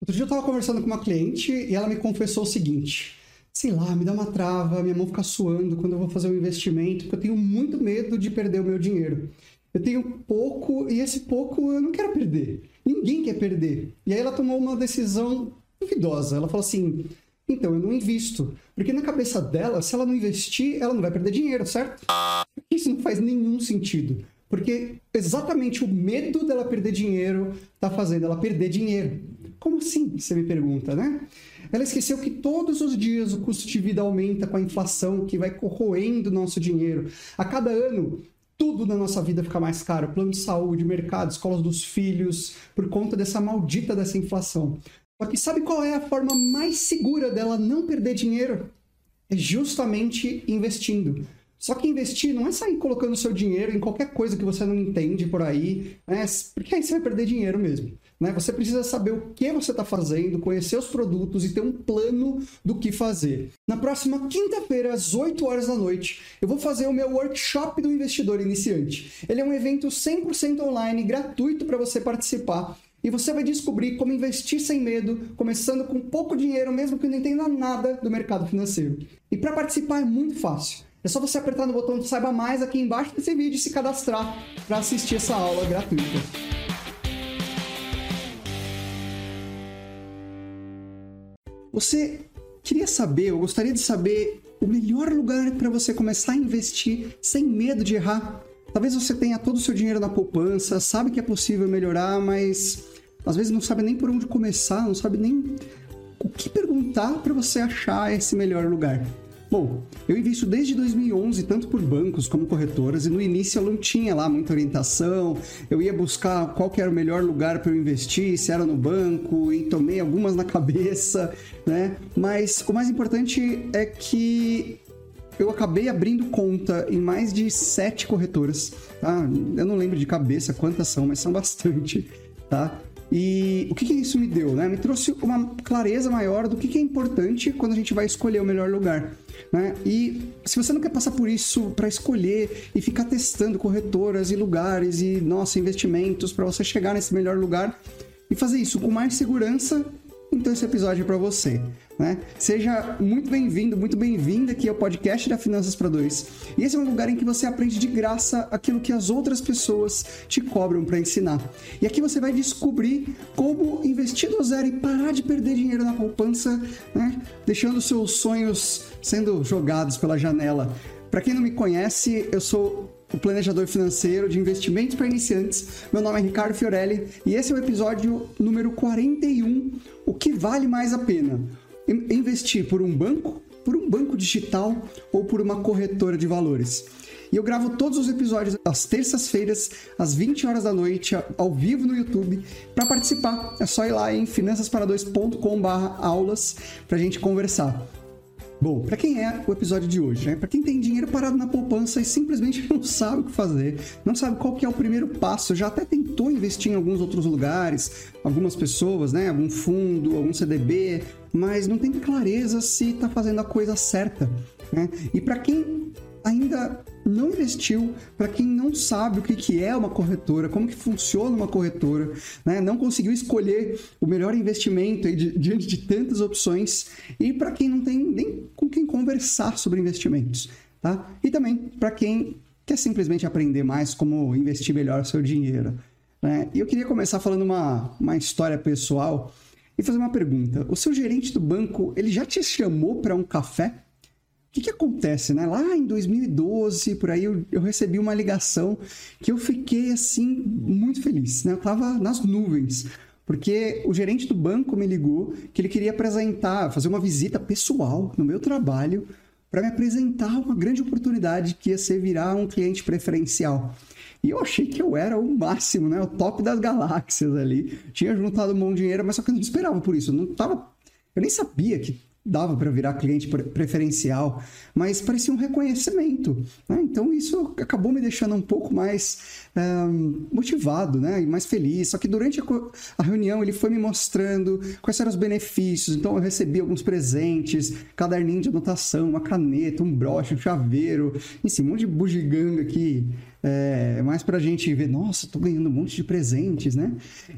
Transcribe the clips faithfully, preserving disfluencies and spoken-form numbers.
Outro dia eu estava conversando com uma cliente e ela me confessou o seguinte: sei lá, me dá uma trava, minha mão fica suando quando eu vou fazer um investimento, porque eu tenho muito medo de perder o meu dinheiro. Eu tenho pouco e esse pouco eu não quero perder. Ninguém quer perder. E aí ela tomou uma decisão duvidosa. Ela falou assim: então, eu não invisto. Porque na cabeça dela, se ela não investir, ela não vai perder dinheiro, certo? Isso não faz nenhum sentido. Porque exatamente o medo dela perder dinheiro está fazendo ela perder dinheiro. Como assim? Você me pergunta, né? Ela esqueceu que todos os dias o custo de vida aumenta com a inflação que vai corroendo o nosso dinheiro. A cada ano, tudo na nossa vida fica mais caro. Plano de saúde, mercado, escolas dos filhos, por conta dessa maldita dessa inflação. Só que sabe qual é a forma mais segura dela não perder dinheiro? É justamente investindo. Só que investir não é sair colocando seu dinheiro em qualquer coisa que você não entende por aí, né? Porque aí você vai perder dinheiro mesmo. Né? Você precisa saber o que você está fazendo, conhecer os produtos e ter um plano do que fazer. Na próxima quinta-feira, às oito horas da noite, eu vou fazer o meu Workshop do Investidor Iniciante. Ele é um evento cem por cento online, gratuito para você participar. E você vai descobrir como investir sem medo, começando com pouco dinheiro, mesmo que não entenda nada do mercado financeiro. E para participar é muito fácil. É só você apertar no botão de Saiba Mais aqui embaixo desse vídeo e se cadastrar para assistir essa aula gratuita. Você queria saber, eu gostaria de saber o melhor lugar para você começar a investir sem medo de errar? Talvez você tenha todo o seu dinheiro na poupança, sabe que é possível melhorar, mas às vezes não sabe nem por onde começar, não sabe nem o que perguntar para você achar esse melhor lugar. Bom, eu invisto desde dois mil e onze, tanto por bancos como corretoras, e no início eu não tinha lá muita orientação, eu ia buscar qual que era o melhor lugar para eu investir, se era no banco, e tomei algumas na cabeça, né? Mas o mais importante é que eu acabei abrindo conta em mais de sete corretoras, tá? Eu não lembro de cabeça quantas são, mas são bastante, tá? E o que, que isso me deu, né? Me trouxe uma clareza maior do que, que é importante quando a gente vai escolher o melhor lugar, né? E se você não quer passar por isso para escolher e ficar testando corretoras e lugares e, nossa, investimentos para você chegar nesse melhor lugar e fazer isso com mais segurança, então esse episódio é para você, né? Seja muito bem-vindo, muito bem-vinda aqui ao podcast da Finanças para Dois. E esse é um lugar em que você aprende de graça aquilo que as outras pessoas te cobram para ensinar. E aqui você vai descobrir como investir do zero e parar de perder dinheiro na poupança, né? Deixando seus sonhos sendo jogados pela janela. Para quem não me conhece, eu sou o planejador financeiro de investimentos para iniciantes. Meu nome é Ricardo Fiorelli e esse é o episódio número quarenta e um, o que vale mais a pena? Investir por um banco, por um banco digital ou por uma corretora de valores. E eu gravo todos os episódios às terças-feiras, às vinte horas da noite, ao vivo no YouTube. Para participar, é só ir lá em finanças para dois ponto com barra aulas para a gente conversar. Bom, para quem é o episódio de hoje, né? Para quem tem dinheiro parado na poupança e simplesmente não sabe o que fazer, não sabe qual que é o primeiro passo, já até tentou investir em alguns outros lugares, algumas pessoas, né? Algum fundo, algum C D B, mas não tem clareza se está fazendo a coisa certa, né? E para quem ainda não investiu, para quem não sabe o que, que é uma corretora, como que funciona uma corretora, né? Não conseguiu escolher o melhor investimento aí di- diante de tantas opções, e para quem não tem nem com quem conversar sobre investimentos, tá? E também para quem quer simplesmente aprender mais como investir melhor o seu dinheiro, né? E eu queria começar falando uma, uma história pessoal e fazer uma pergunta. O seu gerente do banco, ele já te chamou para um café? O que, que acontece, né? Lá em dois mil e doze, por aí, eu, eu recebi uma ligação que eu fiquei, assim, muito feliz, né? Eu tava nas nuvens, porque o gerente do banco me ligou que ele queria apresentar, fazer uma visita pessoal no meu trabalho para me apresentar uma grande oportunidade que ia ser virar um cliente preferencial. E eu achei que eu era o máximo, né? O top das galáxias ali. Tinha juntado um bom dinheiro, mas só que eu não esperava por isso. Eu não tava... Eu nem sabia que dava para virar cliente preferencial, mas parecia um reconhecimento, né? Então isso acabou me deixando um pouco mais um, motivado, né? E mais feliz. Só que durante a, a reunião ele foi me mostrando quais eram os benefícios. Então eu recebi alguns presentes, caderninho de anotação, uma caneta, um broche, um chaveiro, enfim, um monte de bugiganga que é mais pra gente ver, nossa, tô ganhando um monte de presentes, né?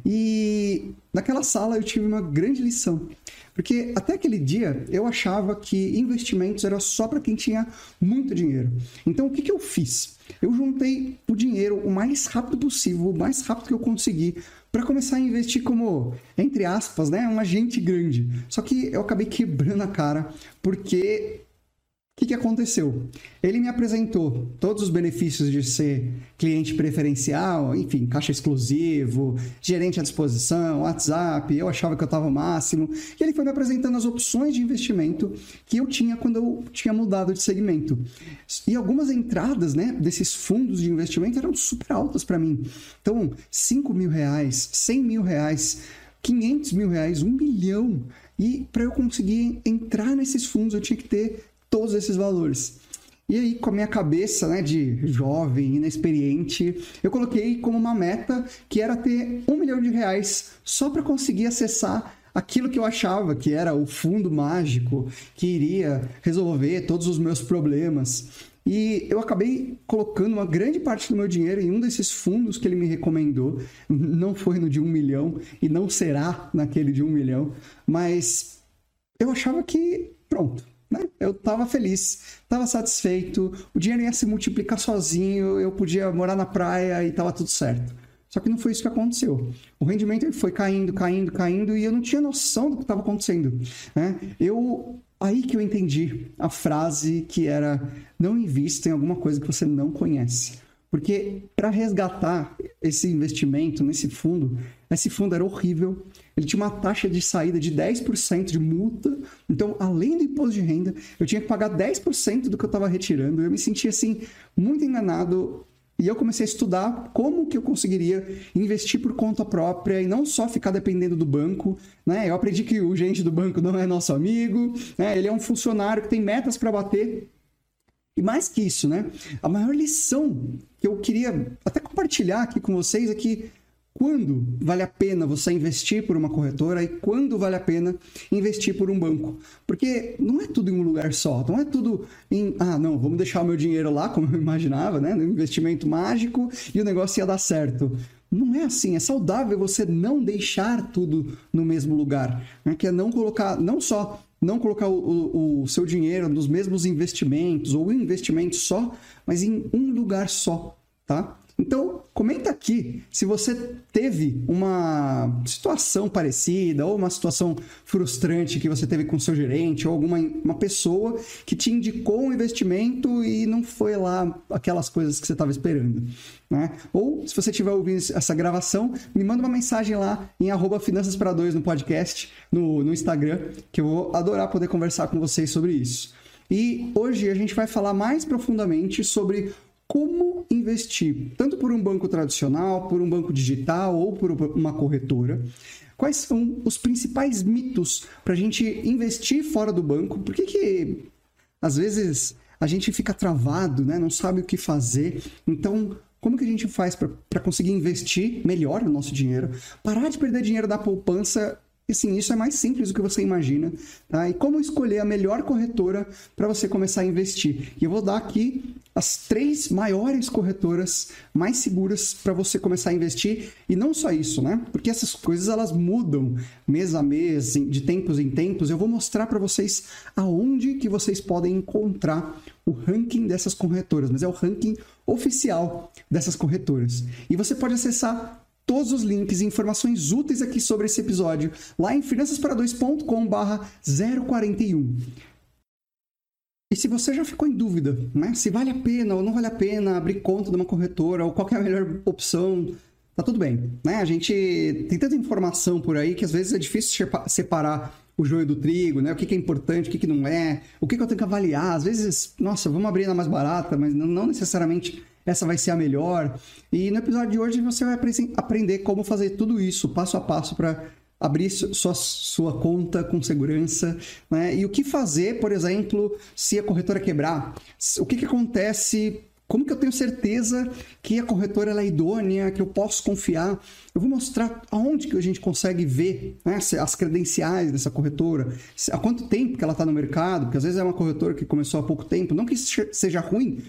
E naquela sala eu tive uma grande lição, porque até aquele dia eu achava que investimentos era só para quem tinha muito dinheiro. Então o que, que eu fiz? Eu juntei o dinheiro o mais rápido possível, o mais rápido que eu consegui, para começar a investir como, entre aspas, né, um agente grande. Só que eu acabei quebrando a cara, porque o que, que aconteceu? Ele me apresentou todos os benefícios de ser cliente preferencial, enfim, caixa exclusivo, gerente à disposição, WhatsApp, eu achava que eu estava o máximo. E ele foi me apresentando as opções de investimento que eu tinha quando eu tinha mudado de segmento. E algumas entradas, né, desses fundos de investimento eram super altas para mim. Então, cinco mil reais, cem mil reais, quinhentos mil reais, um milhão. E para eu conseguir entrar nesses fundos, eu tinha que ter todos esses valores. E aí, com a minha cabeça, né, de jovem, inexperiente, eu coloquei como uma meta que era ter um milhão de reais só para conseguir acessar aquilo que eu achava que era o fundo mágico que iria resolver todos os meus problemas. E eu acabei colocando uma grande parte do meu dinheiro em um desses fundos que ele me recomendou. Não foi no de um milhão e não será naquele de um milhão, mas eu achava que pronto. Eu estava feliz, estava satisfeito, o dinheiro ia se multiplicar sozinho, eu podia morar na praia e estava tudo certo. Só que não foi isso que aconteceu. O rendimento ele foi caindo, caindo, caindo e eu não tinha noção do que estava acontecendo, né? Eu, aí que eu entendi a frase que era: não invista em alguma coisa que você não conhece. Porque para resgatar esse investimento nesse fundo, esse fundo era horrível, ele tinha uma taxa de saída de dez por cento de multa, então além do imposto de renda, eu tinha que pagar dez por cento do que eu estava retirando, eu me sentia assim, muito enganado, e eu comecei a estudar como que eu conseguiria investir por conta própria e não só ficar dependendo do banco, né? Eu aprendi que o gerente do banco não é nosso amigo, né? Ele é um funcionário que tem metas para bater. E mais que isso, né? A maior lição que eu queria até compartilhar aqui com vocês é que quando vale a pena você investir por uma corretora e quando vale a pena investir por um banco. Porque não é tudo em um lugar só, não é tudo em, ah, não, vamos deixar o meu dinheiro lá, como eu imaginava, né? No investimento mágico e o negócio ia dar certo. Não é assim, é saudável você não deixar tudo no mesmo lugar, né? Que é não colocar, não só não colocar o, o, o seu dinheiro nos mesmos investimentos ou em investimento só, mas em um lugar só, tá? Então, comenta aqui se você teve uma situação parecida ou uma situação frustrante que você teve com seu gerente ou alguma uma pessoa que te indicou um investimento e não foi lá aquelas coisas que você estava esperando, né? Ou, se você estiver ouvindo essa gravação, me manda uma mensagem lá em arroba finanças para dois no podcast, no, no Instagram, que eu vou adorar poder conversar com vocês sobre isso. E hoje a gente vai falar mais profundamente sobre como investir, tanto por um banco tradicional, por um banco digital ou por uma corretora. Quais são os principais mitos para a gente investir fora do banco? Por que que, às vezes, a gente fica travado, né? Não sabe o que fazer? Então, como que a gente faz para conseguir investir melhor no nosso dinheiro? Parar de perder dinheiro da poupança. Assim, isso é mais simples do que você imagina, tá? E como escolher a melhor corretora para você começar a investir. E eu vou dar aqui as três maiores corretoras mais seguras para você começar a investir. E não só isso, né? Porque essas coisas elas mudam mês a mês, de tempos em tempos. Eu vou mostrar para vocês aonde que vocês podem encontrar o ranking dessas corretoras, mas é o ranking oficial dessas corretoras. E você pode acessar todos os links e informações úteis aqui sobre esse episódio lá em finanças para dois ponto com barra zero quarenta e um. E se você já ficou em dúvida, né, se vale a pena ou não vale a pena abrir conta de uma corretora ou qual que é a melhor opção, tá tudo bem, né? A gente tem tanta informação por aí que às vezes é difícil separar o joio do trigo, né? O que é importante, o que não é, o que eu tenho que avaliar. Às vezes, nossa, vamos abrir na mais barata, mas não necessariamente essa vai ser a melhor. E no episódio de hoje você vai aprender como fazer tudo isso, passo a passo, para abrir sua, sua conta com segurança, né? E o que fazer, por exemplo, se a corretora quebrar? O que, que acontece? Como que eu tenho certeza que a corretora ela é idônea, que eu posso confiar? Eu vou mostrar aonde que a gente consegue ver, né, as credenciais dessa corretora, há quanto tempo que ela está no mercado, porque às vezes é uma corretora que começou há pouco tempo, não que isso seja ruim,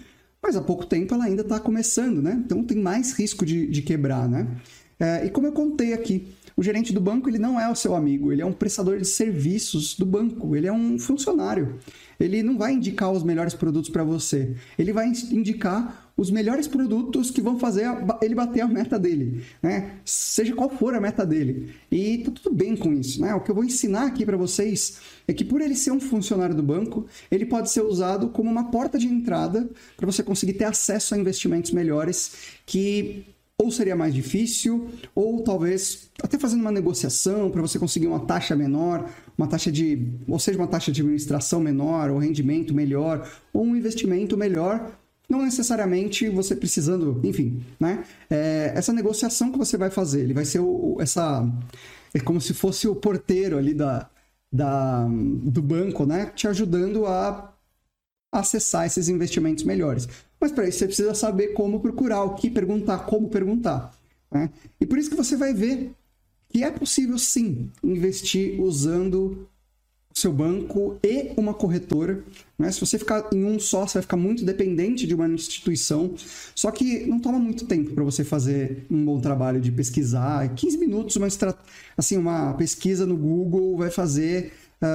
mas há pouco tempo ela ainda está começando, né? Então tem mais risco de, de quebrar, né? É, e como eu contei aqui, o gerente do banco ele não é o seu amigo, ele é um prestador de serviços do banco, ele é um funcionário. Ele não vai indicar os melhores produtos para você, ele vai indicar os melhores produtos que vão fazer ele bater a meta dele, né? Seja qual for a meta dele. E tá tudo bem com isso, né? O que eu vou ensinar aqui para vocês é que por ele ser um funcionário do banco, ele pode ser usado como uma porta de entrada para você conseguir ter acesso a investimentos melhores que ou seria mais difícil, ou talvez até fazendo uma negociação para você conseguir uma taxa menor, uma taxa de, ou seja, uma taxa de administração menor, ou rendimento melhor, ou um investimento melhor, não necessariamente você precisando, enfim, né? É, essa negociação que você vai fazer, ele vai ser o, essa, é como se fosse o porteiro ali da, da, do banco, né? Te ajudando a acessar esses investimentos melhores. Mas para isso você precisa saber como procurar, o que perguntar, como perguntar, né? E por isso que você vai ver que é possível sim investir usando o seu banco e uma corretora, né? Se você ficar em um só, você vai ficar muito dependente de uma instituição, só que não toma muito tempo para você fazer um bom trabalho de pesquisar. quinze minutos, uma, assim, uma pesquisa no Google vai fazer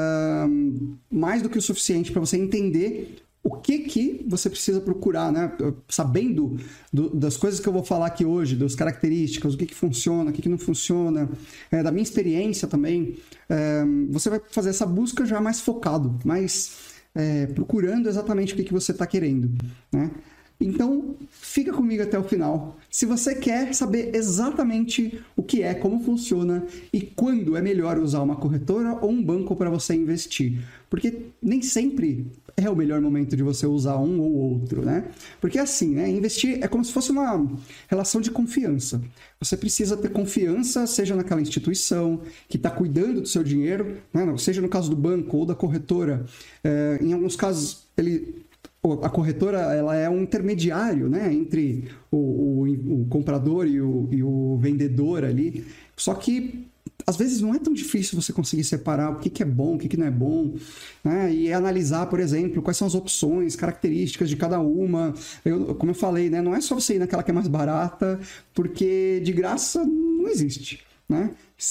uh, mais do que o suficiente para você entender o que, que você precisa procurar, né? Sabendo do, das coisas que eu vou falar aqui hoje, das características, o que, que funciona, o que, que não funciona, é, da minha experiência também, é, você vai fazer essa busca já mais focado, mais é, procurando exatamente o que, que você está querendo, né? Então, fica comigo até o final. Se você quer saber exatamente o que é, como funciona e quando é melhor usar uma corretora ou um banco para você investir. Porque nem sempre é o melhor momento de você usar um ou outro, né? Porque assim, né? Investir é como se fosse uma relação de confiança. Você precisa ter confiança, seja naquela instituição que está cuidando do seu dinheiro, né? Seja no caso do banco ou da corretora. É, em alguns casos, ele... a corretora ela é um intermediário, né, entre o, o, o comprador e o, e o vendedor ali. Só que, às vezes, não é tão difícil você conseguir separar o que, que é bom, o que, que não é bom, né, e analisar, por exemplo, quais são as opções, características de cada uma. Eu, como eu falei, né, não é só você ir naquela que é mais barata, porque de graça não existe, né?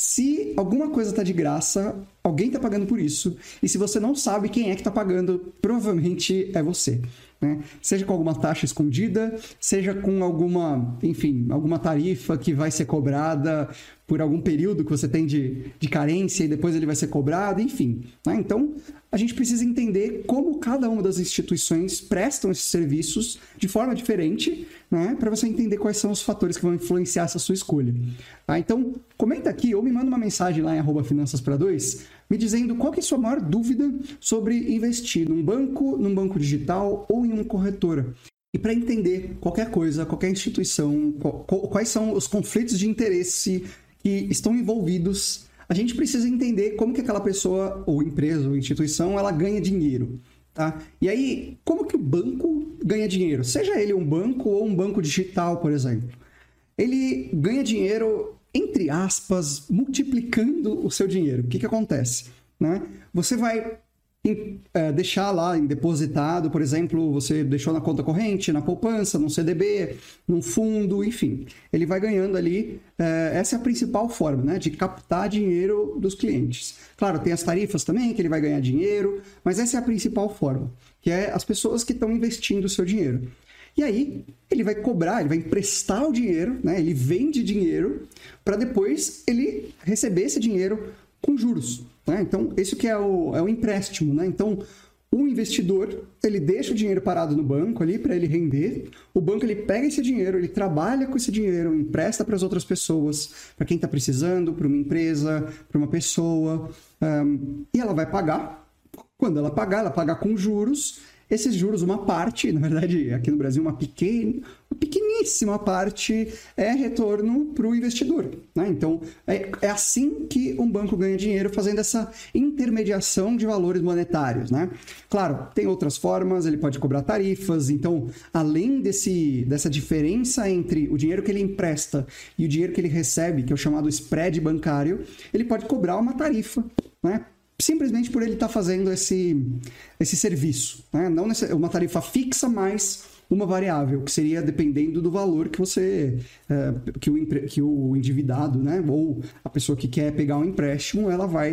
Se alguma coisa está de graça, alguém está pagando por isso. E se você não sabe quem é que está pagando, provavelmente é você, né? Seja com alguma taxa escondida, seja com alguma, enfim, alguma tarifa que vai ser cobrada por algum período que você tem de, de carência e depois ele vai ser cobrado, enfim, né? Então, a gente precisa entender como cada uma das instituições prestam esses serviços de forma diferente, né? Para você entender quais são os fatores que vão influenciar essa sua escolha. Tá? Então, comenta aqui ou me manda uma mensagem lá em arroba finanças para dois, me dizendo qual que é a sua maior dúvida sobre investir num banco, num banco digital ou em uma corretora. E para entender qualquer coisa, qualquer instituição, quais são os conflitos de interesse que estão envolvidos, a gente precisa entender como que aquela pessoa, ou empresa, ou instituição, ela ganha dinheiro, tá? E aí, como que o banco ganha dinheiro? Seja ele um banco ou um banco digital, por exemplo. Ele ganha dinheiro, entre aspas, multiplicando o seu dinheiro. O que que acontece, né? Você vai em, é, deixar lá em depositado, por exemplo, você deixou na conta corrente, na poupança, num C D B, num fundo, enfim. Ele vai ganhando ali, é, essa é a principal forma, né, de captar dinheiro dos clientes. Claro, tem as tarifas também, que ele vai ganhar dinheiro, mas essa é a principal forma, que é as pessoas que estão investindo o seu dinheiro. E aí, ele vai cobrar, ele vai emprestar o dinheiro, né, ele vende dinheiro, para depois ele receber esse dinheiro com juros, né? Então, esse que é o, é o empréstimo, né? Então, o investidor, ele deixa o dinheiro parado no banco ali para ele render, o banco ele pega esse dinheiro, ele trabalha com esse dinheiro, empresta para as outras pessoas, para quem está precisando, para uma empresa, para uma pessoa, um, e ela vai pagar. Quando ela pagar, ela paga com juros. Esses juros, uma parte, na verdade, aqui no Brasil, uma pequena, uma pequeníssima parte é retorno para o investidor, né? Então, é, é assim que um banco ganha dinheiro, fazendo essa intermediação de valores monetários, né? Claro, tem outras formas, ele pode cobrar tarifas, então, além desse, dessa diferença entre o dinheiro que ele empresta e o dinheiro que ele recebe, que é o chamado spread bancário, ele pode cobrar uma tarifa, né? Simplesmente por ele estar fazendo esse, esse serviço, né? Não uma tarifa fixa, mais uma variável, que seria dependendo do valor que você, é, que, o, que o endividado, né, ou a pessoa que quer pegar um empréstimo, ela vai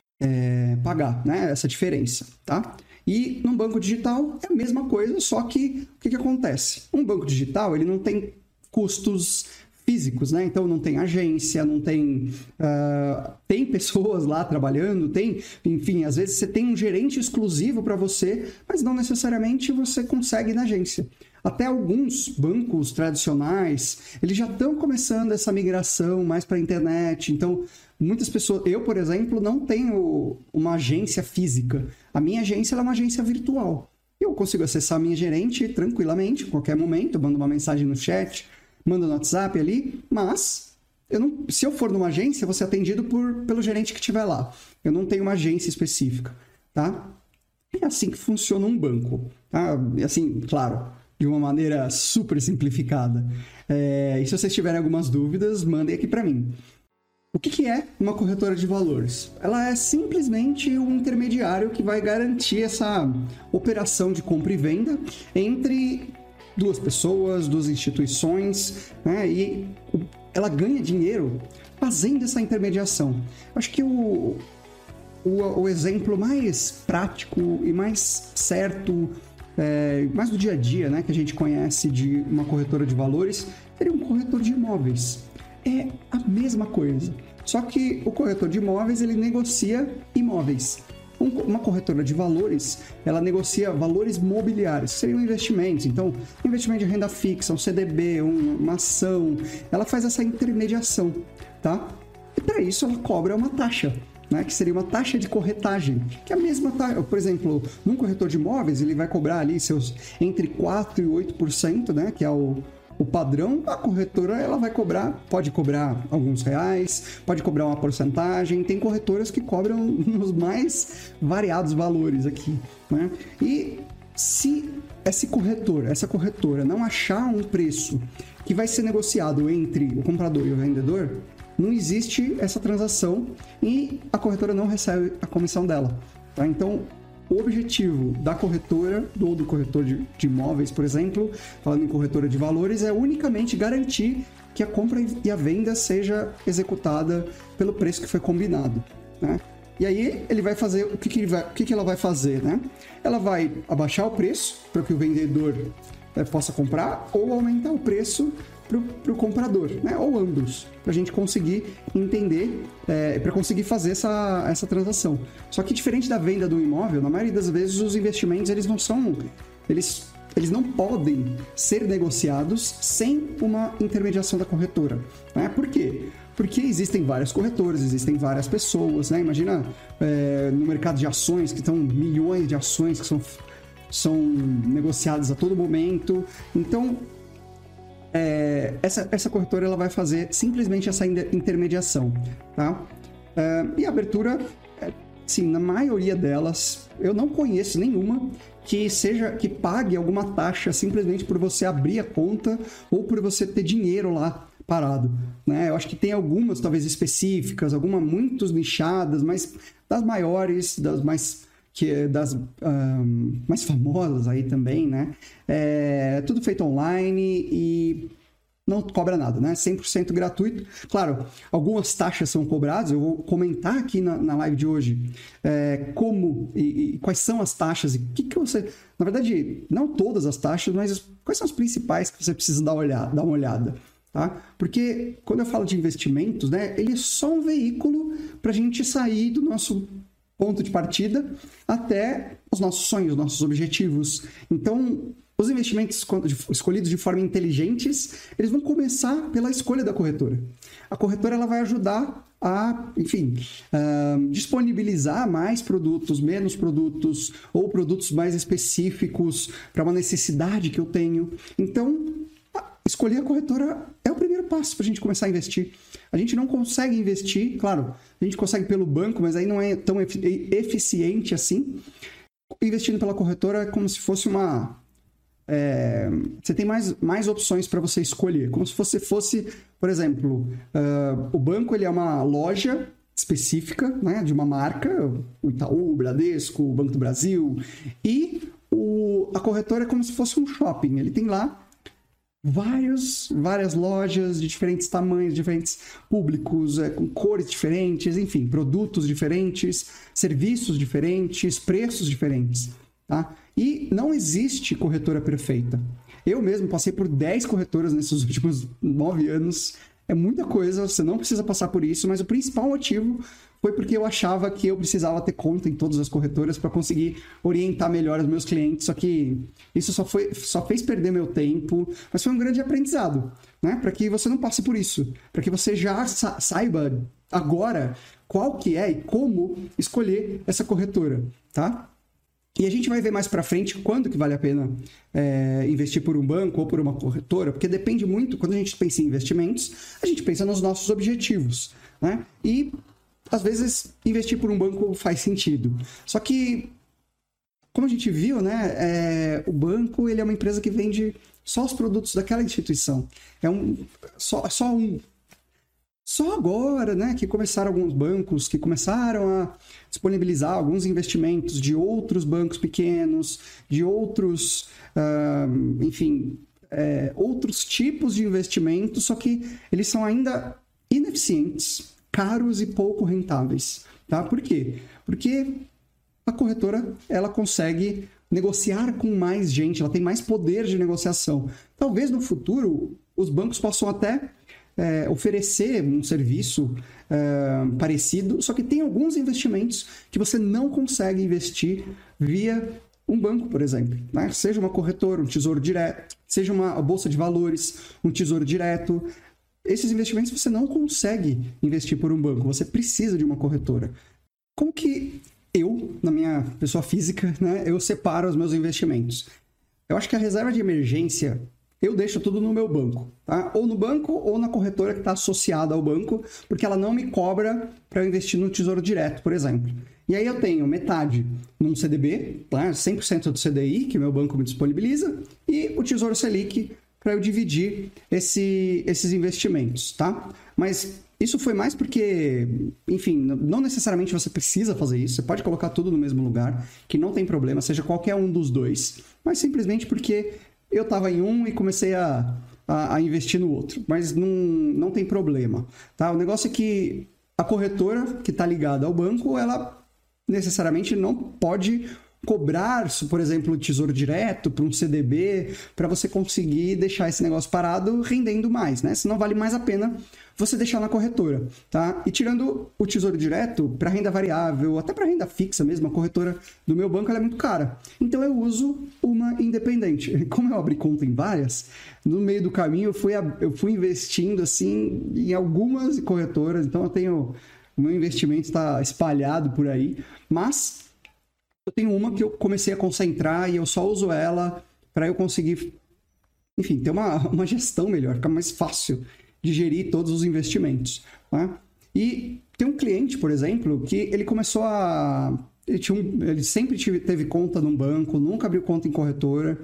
é, pagar, né, essa diferença, tá? E no banco digital é a mesma coisa, só que o que, que acontece? Um banco digital, ele não tem custos físicos, né? Então não tem agência, não tem... Uh, tem pessoas lá trabalhando, tem... Enfim, às vezes você tem um gerente exclusivo para você, mas não necessariamente você consegue na agência. Até alguns bancos tradicionais, eles já estão começando essa migração mais para a internet. Então, muitas pessoas... Eu, por exemplo, não tenho uma agência física. A minha agência ela é uma agência virtual. Eu consigo acessar a minha gerente tranquilamente, a qualquer momento. Eu mando uma mensagem no chat, mando no WhatsApp ali, mas eu não, se eu for numa agência, eu vou ser atendido por, pelo gerente que estiver lá. Eu não tenho uma agência específica, tá? É assim que funciona um banco, tá? E assim, claro, de uma maneira super simplificada. É, e se vocês tiverem algumas dúvidas, mandem aqui para mim. O que, que é uma corretora de valores? Ela é simplesmente um intermediário que vai garantir essa operação de compra e venda entre duas pessoas, duas instituições, né? E ela ganha dinheiro fazendo essa intermediação. Acho que o, o, o exemplo mais prático e mais certo, é, mais do dia a dia, né, que a gente conhece de uma corretora de valores, seria um corretor de imóveis. É a mesma coisa, só que o corretor de imóveis, ele negocia imóveis. Uma corretora de valores, ela negocia valores mobiliários, que seriam investimentos. Então, investimento de renda fixa, um C D B, um, uma ação, ela faz essa intermediação, tá? E para isso ela cobra uma taxa, né? Que seria uma taxa de corretagem, que é a mesma taxa. Por exemplo, num corretor de imóveis, ele vai cobrar ali seus entre quatro por cento e oito por cento, né? Que é o O padrão, a corretora ela vai cobrar, pode cobrar alguns reais, pode cobrar uma porcentagem, tem corretoras que cobram nos mais variados valores aqui, né? E se esse corretor, essa corretora não achar um preço que vai ser negociado entre o comprador e o vendedor, não existe essa transação e a corretora não recebe a comissão dela, tá? Então, o objetivo da corretora, ou do corretor de, de imóveis, por exemplo, falando em corretora de valores, é unicamente garantir que a compra e a venda seja executada pelo preço que foi combinado, né? E aí ele vai fazer, o que, que, ele vai, o que, que ela vai fazer, né? Ela vai abaixar o preço para que o vendedor é, possa comprar ou aumentar o preço para o comprador, né? Ou ambos, para a gente conseguir entender, é, para conseguir fazer essa, essa transação. Só que diferente da venda do imóvel, na maioria das vezes os investimentos eles não são, eles, eles não podem ser negociados sem uma intermediação da corretora, né? Por quê? Porque existem vários corretores, existem várias pessoas, né? Imagina é, no mercado de ações, que estão milhões de ações que são, são negociadas a todo momento. Então, É, essa, essa corretora ela vai fazer simplesmente essa intermediação, tá? É, e a abertura, é, sim, na maioria delas, eu não conheço nenhuma que seja que pague alguma taxa simplesmente por você abrir a conta ou por você ter dinheiro lá parado, né? Eu acho que tem algumas talvez específicas, algumas muito nichadas, mas das maiores, das mais que das um, mais famosas aí também, né? É tudo feito online e não cobra nada, né? cem por cento gratuito. Claro, algumas taxas são cobradas, eu vou comentar aqui na, na live de hoje é, como e, e quais são as taxas e o que, que você... Na verdade, não todas as taxas, mas quais são as principais que você precisa dar, olhar, dar uma olhada, tá? Porque quando eu falo de investimentos, né? Ele é só um veículo para a gente sair do nosso ponto de partida até os nossos sonhos, nossos objetivos. Então, os investimentos escolhidos de forma inteligentes, eles vão começar pela escolha da corretora. A corretora ela vai ajudar a, enfim, uh, disponibilizar mais produtos, menos produtos, ou produtos mais específicos para uma necessidade que eu tenho. Então, escolher a corretora é o primeiro passo para a gente começar a investir. A gente não consegue investir, claro, a gente consegue pelo banco, mas aí não é tão eficiente assim. Investindo pela corretora é como se fosse uma... É, você tem mais, mais opções para você escolher. Como se você fosse, por exemplo, uh, o banco ele é uma loja específica, né, de uma marca, o Itaú, o Bradesco, o Banco do Brasil, e o, o, a corretora é como se fosse um shopping. Ele tem lá vários, várias lojas de diferentes tamanhos, diferentes públicos, é, com cores diferentes, enfim, produtos diferentes, serviços diferentes, preços diferentes, tá? E não existe corretora perfeita. Eu mesmo passei por dez corretoras nesses últimos nove anos. É muita coisa, você não precisa passar por isso, mas o principal motivo foi porque eu achava que eu precisava ter conta em todas as corretoras para conseguir orientar melhor os meus clientes, só que isso só, foi, só fez perder meu tempo, mas foi um grande aprendizado, né? Para que você não passe por isso, para que você já sa- saiba agora qual que é e como escolher essa corretora, tá? E a gente vai ver mais para frente quando que vale a pena é, investir por um banco ou por uma corretora, porque depende muito, quando a gente pensa em investimentos, a gente pensa nos nossos objetivos, né? E, às vezes, investir por um banco faz sentido. Só que, como a gente viu, né, é, o banco ele é uma empresa que vende só os produtos daquela instituição. É um, só, só um. Só agora, né, que começaram alguns bancos que começaram a disponibilizar alguns investimentos de outros bancos pequenos, de outros, uh, enfim, é, outros tipos de investimentos, só que eles são ainda ineficientes, caros e pouco rentáveis, tá? Por quê? Porque a corretora, ela consegue negociar com mais gente, ela tem mais poder de negociação. Talvez no futuro os bancos possam até É, oferecer um serviço é, parecido, só que tem alguns investimentos que você não consegue investir via um banco, por exemplo, né? Seja uma corretora, um tesouro direto, seja uma bolsa de valores, um tesouro direto. Esses investimentos você não consegue investir por um banco, você precisa de uma corretora. Como que eu, na minha pessoa física, né, eu separo os meus investimentos? Eu acho que a reserva de emergência eu deixo tudo no meu banco, tá? Ou no banco ou na corretora que está associada ao banco, porque ela não me cobra para eu investir no Tesouro Direto, por exemplo. E aí eu tenho metade num C D B, tá? cem por cento do C D I, que meu banco me disponibiliza, e o Tesouro Selic para eu dividir esse, esses investimentos, tá? Mas isso foi mais porque, enfim, não necessariamente você precisa fazer isso, você pode colocar tudo no mesmo lugar, que não tem problema, seja qualquer um dos dois, mas simplesmente porque eu estava em um e comecei a, a, a investir no outro, mas não, não tem problema, tá? O negócio é que a corretora que está ligada ao banco, ela necessariamente não pode cobrar, por exemplo, o Tesouro Direto para um C D B, para você conseguir deixar esse negócio parado rendendo mais, né? Senão vale mais a pena você deixar na corretora, tá? E tirando o Tesouro Direto, para renda variável, até para renda fixa mesmo, a corretora do meu banco ela é muito cara. Então eu uso uma independente. Como eu abri conta em várias, no meio do caminho eu fui, eu fui investindo assim em algumas corretoras, então eu tenho, o meu investimento está espalhado por aí, mas eu tenho uma que eu comecei a concentrar e eu só uso ela para eu conseguir, enfim, ter uma, uma gestão melhor, ficar mais fácil de gerir todos os investimentos, tá? E tem um cliente, por exemplo, que ele começou a... Ele, tinha um, ele sempre tive, teve conta num banco, nunca abriu conta em corretora.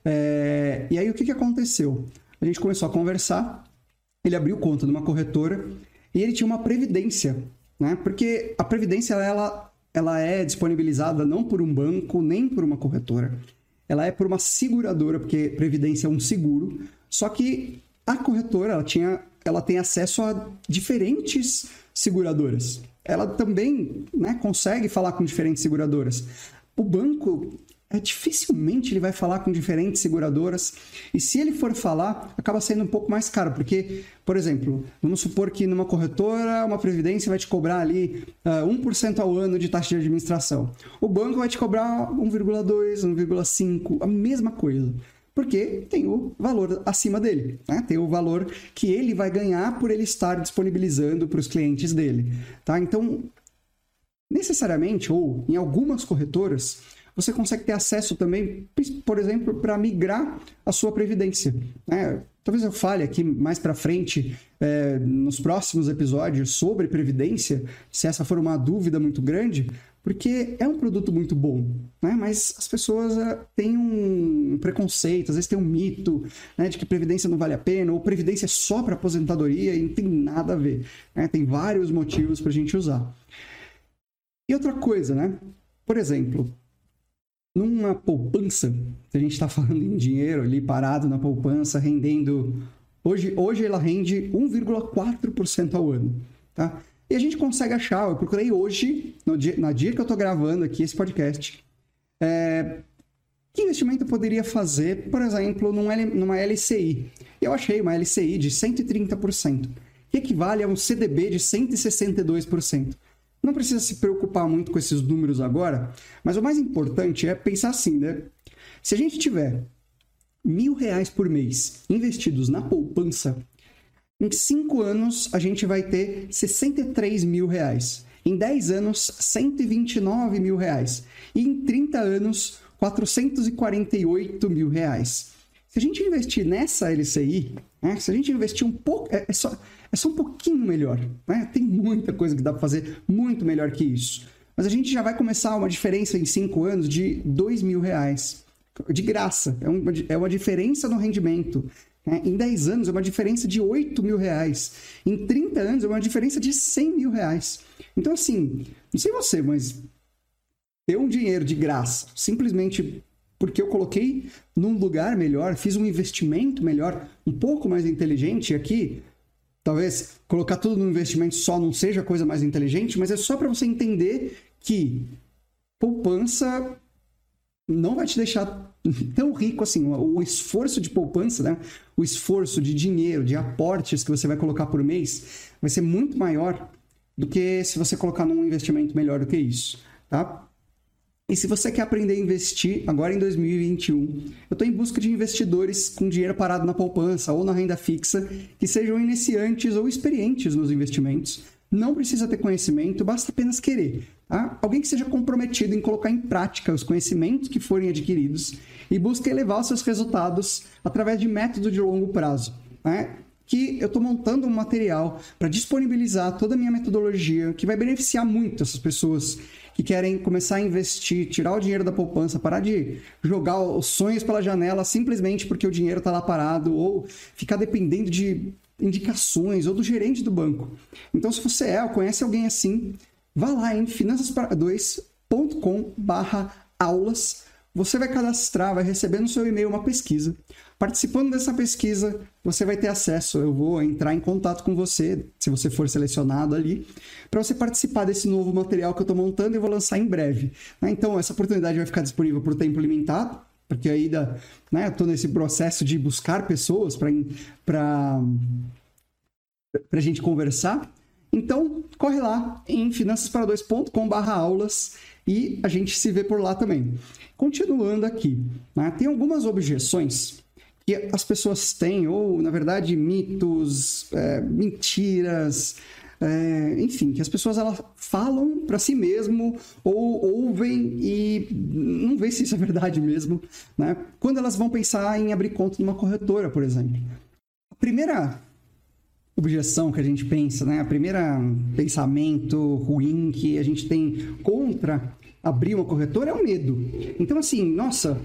É, e aí, o que, que aconteceu? A gente começou a conversar, ele abriu conta numa corretora e ele tinha uma previdência, né? Porque a previdência, ela, ela é disponibilizada não por um banco, nem por uma corretora. Ela é por uma seguradora, porque previdência é um seguro, só que a corretora, ela, tinha, ela tem acesso a diferentes seguradoras. Ela também, né, consegue falar com diferentes seguradoras. O banco, é, dificilmente ele vai falar com diferentes seguradoras. E se ele for falar, acaba sendo um pouco mais caro. Porque, por exemplo, vamos supor que numa corretora, uma previdência vai te cobrar ali uh, um por cento ao ano de taxa de administração. O banco vai te cobrar um vírgula dois por cento, um vírgula cinco por cento, a mesma coisa. Porque tem o valor acima dele, né? Tem o valor que ele vai ganhar por ele estar disponibilizando para os clientes dele, tá? Então, necessariamente, ou em algumas corretoras, você consegue ter acesso também, por exemplo, para migrar a sua previdência, né? Talvez eu fale aqui mais para frente, é, nos próximos episódios, sobre previdência, se essa for uma dúvida muito grande, porque é um produto muito bom, né? Mas as pessoas uh, têm um preconceito, às vezes tem um mito, né, de que previdência não vale a pena, ou previdência é só para aposentadoria e não tem nada a ver, né? Tem vários motivos para a gente usar. E outra coisa, né? Por exemplo, numa poupança, se a gente está falando em dinheiro ali parado na poupança, rendendo... Hoje, hoje ela rende um vírgula quatro por cento ao ano, tá? E a gente consegue achar, eu procurei hoje, no dia, na dia que eu estou gravando aqui esse podcast, é, que investimento eu poderia fazer, por exemplo, num L, numa L C I. Eu achei uma L C I de cento e trinta por cento, que equivale a um C D B de cento e sessenta e dois por cento. Não precisa se preocupar muito com esses números agora, mas o mais importante é pensar assim, né? Se a gente tiver mil reais por mês investidos na poupança, em cinco anos a gente vai ter sessenta e três mil reais. Em dez anos, cento e vinte e nove mil reais. E em trinta anos, quatrocentos e quarenta e oito mil reais. Se a gente investir nessa L C I, né, se a gente investir um pouco, é, é, só, é só um pouquinho melhor. Né? Tem muita coisa que dá para fazer muito melhor que isso. Mas a gente já vai começar uma diferença em cinco anos de dois mil reais. De graça. É uma, é uma diferença no rendimento. Né? Em dez anos é uma diferença de oito mil reais. Em trinta anos é uma diferença de cem mil reais. Então, assim, não sei você, mas ter um dinheiro de graça, simplesmente porque eu coloquei num lugar melhor, fiz um investimento melhor, um pouco mais inteligente aqui, talvez colocar tudo no investimento só não seja a coisa mais inteligente, mas é só para você entender que poupança não vai te deixar tão rico assim. O esforço de poupança, né? O esforço de dinheiro, de aportes que você vai colocar por mês vai ser muito maior do que se você colocar num investimento melhor do que isso, tá? E se você quer aprender a investir agora em dois mil e vinte e um, eu estou em busca de investidores com dinheiro parado na poupança ou na renda fixa que sejam iniciantes ou experientes nos investimentos. Não precisa ter conhecimento, basta apenas querer. Tá? Alguém que seja comprometido em colocar em prática os conhecimentos que forem adquiridos e busque elevar os seus resultados através de método de longo prazo. Né? Que eu estou montando um material para disponibilizar toda a minha metodologia que vai beneficiar muito essas pessoas que querem começar a investir, tirar o dinheiro da poupança, parar de jogar os sonhos pela janela simplesmente porque o dinheiro está lá parado ou ficar dependendo de indicações ou do gerente do banco. Então, se você é ou conhece alguém assim, vá lá em finanças para dois ponto com barra aulas. Você vai cadastrar, vai receber no seu e-mail uma pesquisa. Participando dessa pesquisa, você vai ter acesso, eu vou entrar em contato com você, se você for selecionado ali, para você participar desse novo material que eu estou montando e vou lançar em breve. Então, essa oportunidade vai ficar disponível por tempo limitado, porque ainda né, eu estou nesse processo de buscar pessoas para a gente conversar. Então, corre lá em finanças para dois ponto com barra aulas e a gente se vê por lá também. Continuando aqui, né, tem algumas objeções que as pessoas têm, ou, na verdade, mitos, é, mentiras, é, enfim, que as pessoas elas falam para si mesmo ou ouvem e não vê se isso é verdade mesmo, né? Quando elas vão pensar em abrir conta numa corretora, por exemplo. A primeira objeção que a gente pensa, né? A primeira pensamento ruim que a gente tem contra abrir uma corretora é o medo. Então, assim, nossa,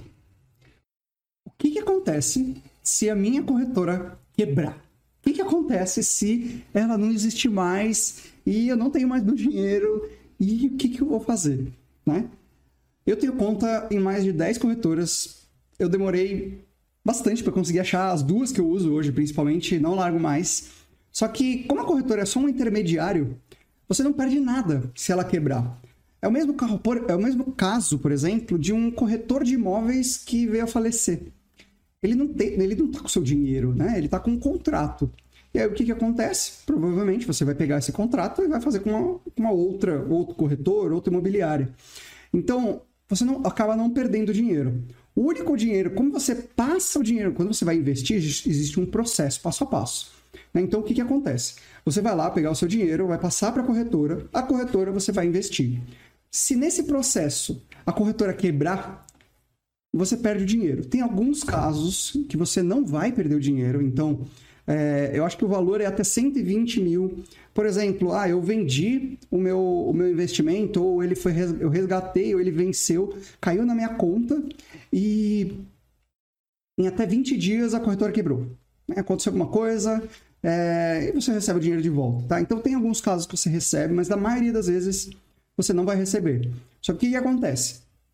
o que, que acontece se a minha corretora quebrar? O que, que acontece se ela não existir mais e eu não tenho mais meu dinheiro e o que, que eu vou fazer, né? Eu tenho conta em mais de dez corretoras. Eu demorei bastante para conseguir achar as duas que eu uso hoje, principalmente, não largo mais. Só que, como a corretora é só um intermediário, você não perde nada se ela quebrar. É o mesmo, carro, é o mesmo caso, por exemplo, de um corretor de imóveis que veio a falecer. Ele não tem, ele não está com o seu dinheiro, né? Ele está com um contrato. E aí o que, que acontece? Provavelmente você vai pegar esse contrato e vai fazer com uma, uma outra, outro corretor, outra imobiliária. Então, você não, acaba não perdendo dinheiro. O único dinheiro, como você passa o dinheiro, quando você vai investir, existe um processo passo a passo. Então, o que, que acontece? Você vai lá pegar o seu dinheiro, vai passar para a corretora, a corretora você vai investir. Se nesse processo a corretora quebrar, você perde o dinheiro. Tem alguns casos que você não vai perder o dinheiro, então é, eu acho que o valor é até cento e vinte mil. Por exemplo, ah, eu vendi o meu, o meu investimento, ou ele foi, eu resgatei, ou ele venceu, caiu na minha conta e em até vinte dias a corretora quebrou. Aconteceu alguma coisa é, e você recebe o dinheiro de volta, tá? Então tem alguns casos que você recebe, mas na maioria das vezes você não vai receber. Só que o que acontece?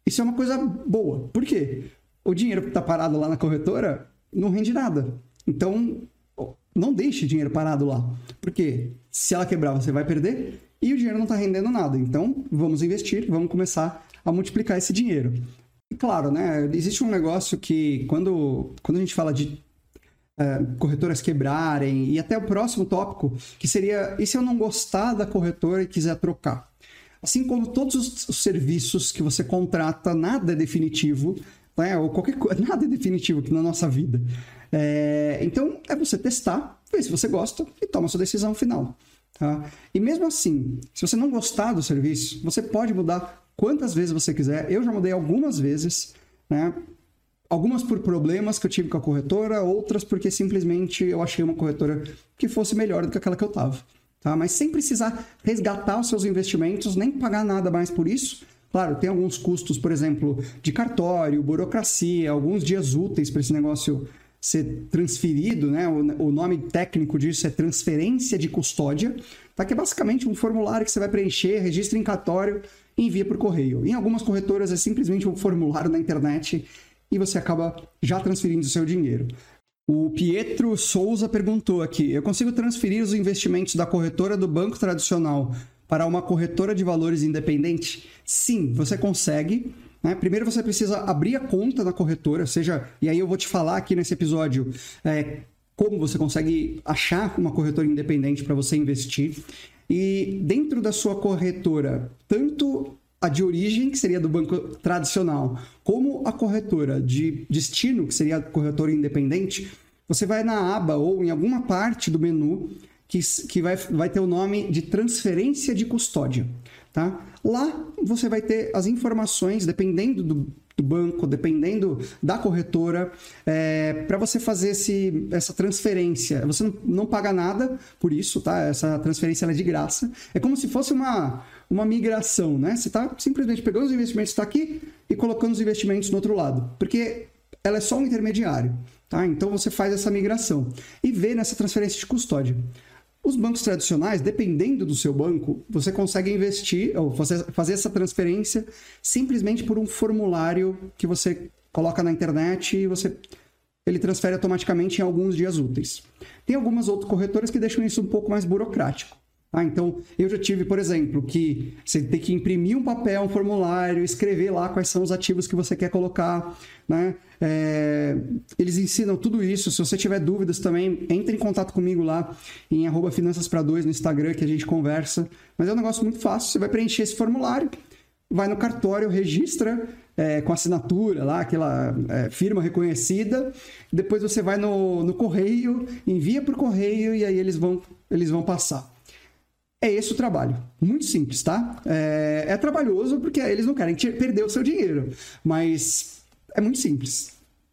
Isso é uma coisa boa. Por quê? O dinheiro que está parado lá na corretora não rende nada. Então, não deixe dinheiro parado lá. Porque se ela quebrar, você vai perder e o dinheiro não está rendendo nada. Então, vamos investir, vamos começar a multiplicar esse dinheiro. E claro, né? Existe um negócio que quando, quando a gente fala de uh, corretoras quebrarem, e até o próximo tópico, que seria, e se eu não gostar da corretora e quiser trocar? Assim como todos os, os serviços que você contrata, nada é definitivo, né? Ou qualquer coisa, nada é definitivo aqui na nossa vida. É, então, é você testar, ver se você gosta e toma a sua decisão final. Tá? E mesmo assim, se você não gostar do serviço, você pode mudar quantas vezes você quiser. Eu já mudei algumas vezes, né? Algumas por problemas que eu tive com a corretora, outras porque simplesmente eu achei uma corretora que fosse melhor do que aquela que eu estava. Tá? Mas sem precisar resgatar os seus investimentos, nem pagar nada mais por isso. Claro, tem alguns custos, por exemplo, de cartório, burocracia, alguns dias úteis para esse negócio ser transferido, né? O, o nome técnico disso é transferência de custódia, tá? Que é basicamente um formulário que você vai preencher, registra em cartório e envia por correio. Em algumas corretoras é simplesmente um formulário na internet e você acaba já transferindo o seu dinheiro. O Pietro Souza perguntou aqui: eu consigo transferir os investimentos da corretora do banco tradicional para uma corretora de valores independente? Sim, você consegue. Né? Primeiro você precisa abrir a conta na corretora, seja, e aí eu vou te falar aqui nesse episódio é, como você consegue achar uma corretora independente para você investir. E dentro da sua corretora, tanto a de origem, que seria do banco tradicional, como a corretora de destino, que seria a corretora independente, você vai na aba ou em alguma parte do menu que, que vai, vai ter o nome de transferência de custódia. Tá? Lá você vai ter as informações, dependendo do, do banco, dependendo da corretora, é, para você fazer esse, essa transferência. Você não, não paga nada por isso, tá? Essa transferência ela é de graça. É como se fosse uma, uma migração, né? Você está simplesmente pegando os investimentos que está aqui e colocando os investimentos no outro lado, porque ela é só um intermediário. Tá? Então você faz essa migração e vê nessa transferência de custódia. Os bancos tradicionais, dependendo do seu banco, você consegue investir ou fazer, fazer essa transferência simplesmente por um formulário que você coloca na internet e você, ele transfere automaticamente em alguns dias úteis. Tem algumas outras corretoras que deixam isso um pouco mais burocrático. Ah, então, eu já tive, por exemplo, que você tem que imprimir um papel, um formulário, escrever lá quais são os ativos que você quer colocar, né? É, eles ensinam tudo isso. Se você tiver dúvidas também, entre em contato comigo lá em arroba finanças para dois no Instagram, que a gente conversa. Mas é um negócio muito fácil. Você vai preencher esse formulário, vai no cartório, registra é, com assinatura lá, aquela é, firma reconhecida. Depois você vai no, no correio, envia por correio e aí eles vão, eles vão passar. É esse o trabalho. Muito simples, tá? É, é trabalhoso porque eles não querem te perder o seu dinheiro, mas é muito simples,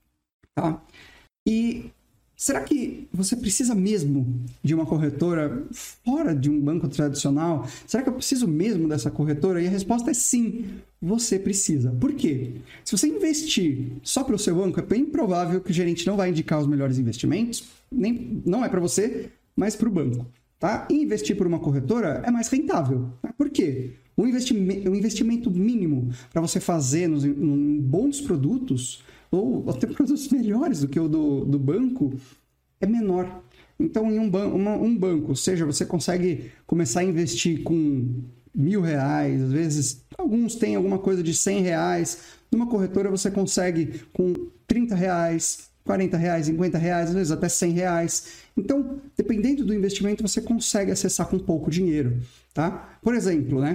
tá? E será que você precisa mesmo de uma corretora fora de um banco tradicional? Será que eu preciso mesmo dessa corretora? E a resposta é sim, você precisa. Por quê? Se você investir só para o seu banco, é bem provável que o gerente não vai indicar os melhores investimentos, nem, não é para você, mas para o banco. Tá? E investir por uma corretora é mais rentável. Tá? Por quê? O investimento, o investimento mínimo para você fazer nos, em bons produtos, ou até produtos melhores do que o do, do banco, é menor. Então, em um, ban uma, um banco, ou seja, você consegue começar a investir com mil reais, às vezes alguns têm alguma coisa de cem reais. Numa corretora você consegue com trinta reais, quarenta reais, cinquenta reais, às vezes até cem reais. Então, dependendo do investimento, você consegue acessar com pouco dinheiro, tá? Por exemplo, né?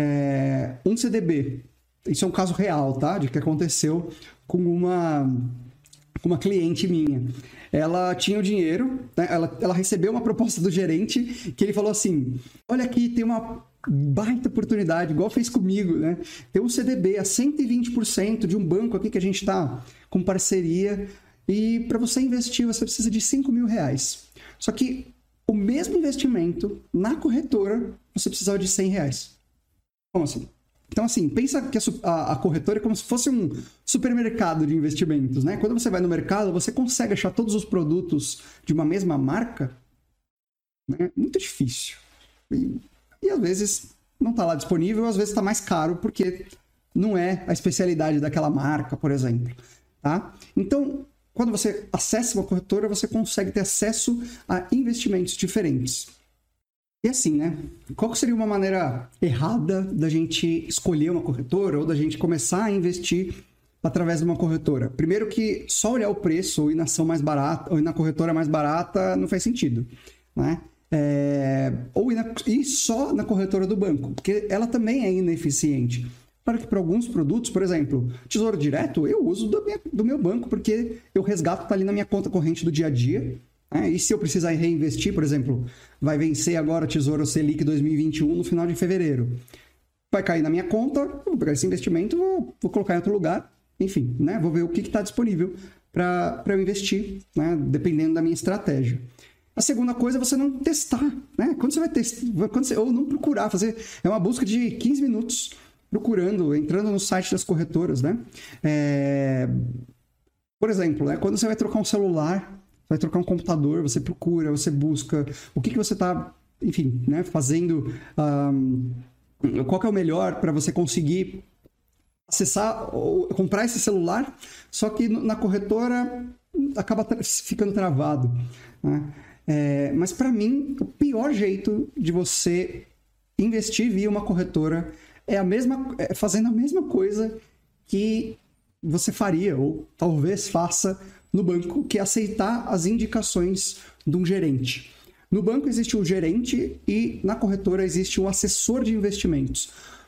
É, um C D B, isso é um caso real, tá? De que aconteceu com uma, uma cliente minha. Ela tinha o dinheiro, né? ela, ela recebeu uma proposta do gerente que ele falou assim: olha aqui, tem uma baita oportunidade, igual fez comigo, né? Tem um C D B a cento e vinte por cento de um banco aqui que a gente está com parceria. E para você investir, você precisa de cinco mil reais. Só que o mesmo investimento na corretora, você precisava de cem reais. Como assim? Então, assim, pensa que a, a corretora é como se fosse um supermercado de investimentos, né? Quando você vai no mercado, você consegue achar todos os produtos de uma mesma marca, né? Muito difícil. E, e às vezes não está lá disponível, às vezes está mais caro, porque não é a especialidade daquela marca, por exemplo, tá? Então, quando você acessa uma corretora, você consegue ter acesso a investimentos diferentes. E assim, né? Qual seria uma maneira errada da gente escolher uma corretora ou da gente começar a investir através de uma corretora? Primeiro que só olhar o preço ou ir na ação mais barata ou ir na corretora mais barata não faz sentido, né? É... Ou ir, na... ir só na corretora do banco, porque ela também é ineficiente. Claro que para alguns produtos, por exemplo, Tesouro Direto, eu uso do, minha... do meu banco porque eu resgato, tá ali na minha conta corrente do dia a dia. É, e se eu precisar reinvestir, por exemplo, vai vencer agora o Tesouro Selic dois mil e vinte e um no final de fevereiro. Vai cair na minha conta, eu vou pegar esse investimento, vou, vou colocar em outro lugar, enfim, né? Vou ver o que está disponível para eu investir, né? Dependendo da minha estratégia. A segunda coisa é você não testar, né? Quando você vai testar, quando você, ou não procurar, fazer é uma busca de quinze minutos procurando, entrando no site das corretoras, né? É, por exemplo, né? Quando você vai trocar um celular, vai trocar um computador, você procura, você busca o que, que você está, enfim, né, fazendo, um, qual que é o melhor para você conseguir acessar ou comprar esse celular, só que na corretora acaba ficando travado, né? É, mas para mim, o pior jeito de você investir via uma corretora é a mesma, é fazendo a mesma coisa que você faria, ou talvez faça no banco, que é aceitar as indicações de um gerente. No banco existe um gerente e na corretora existe um assessor de investimentos.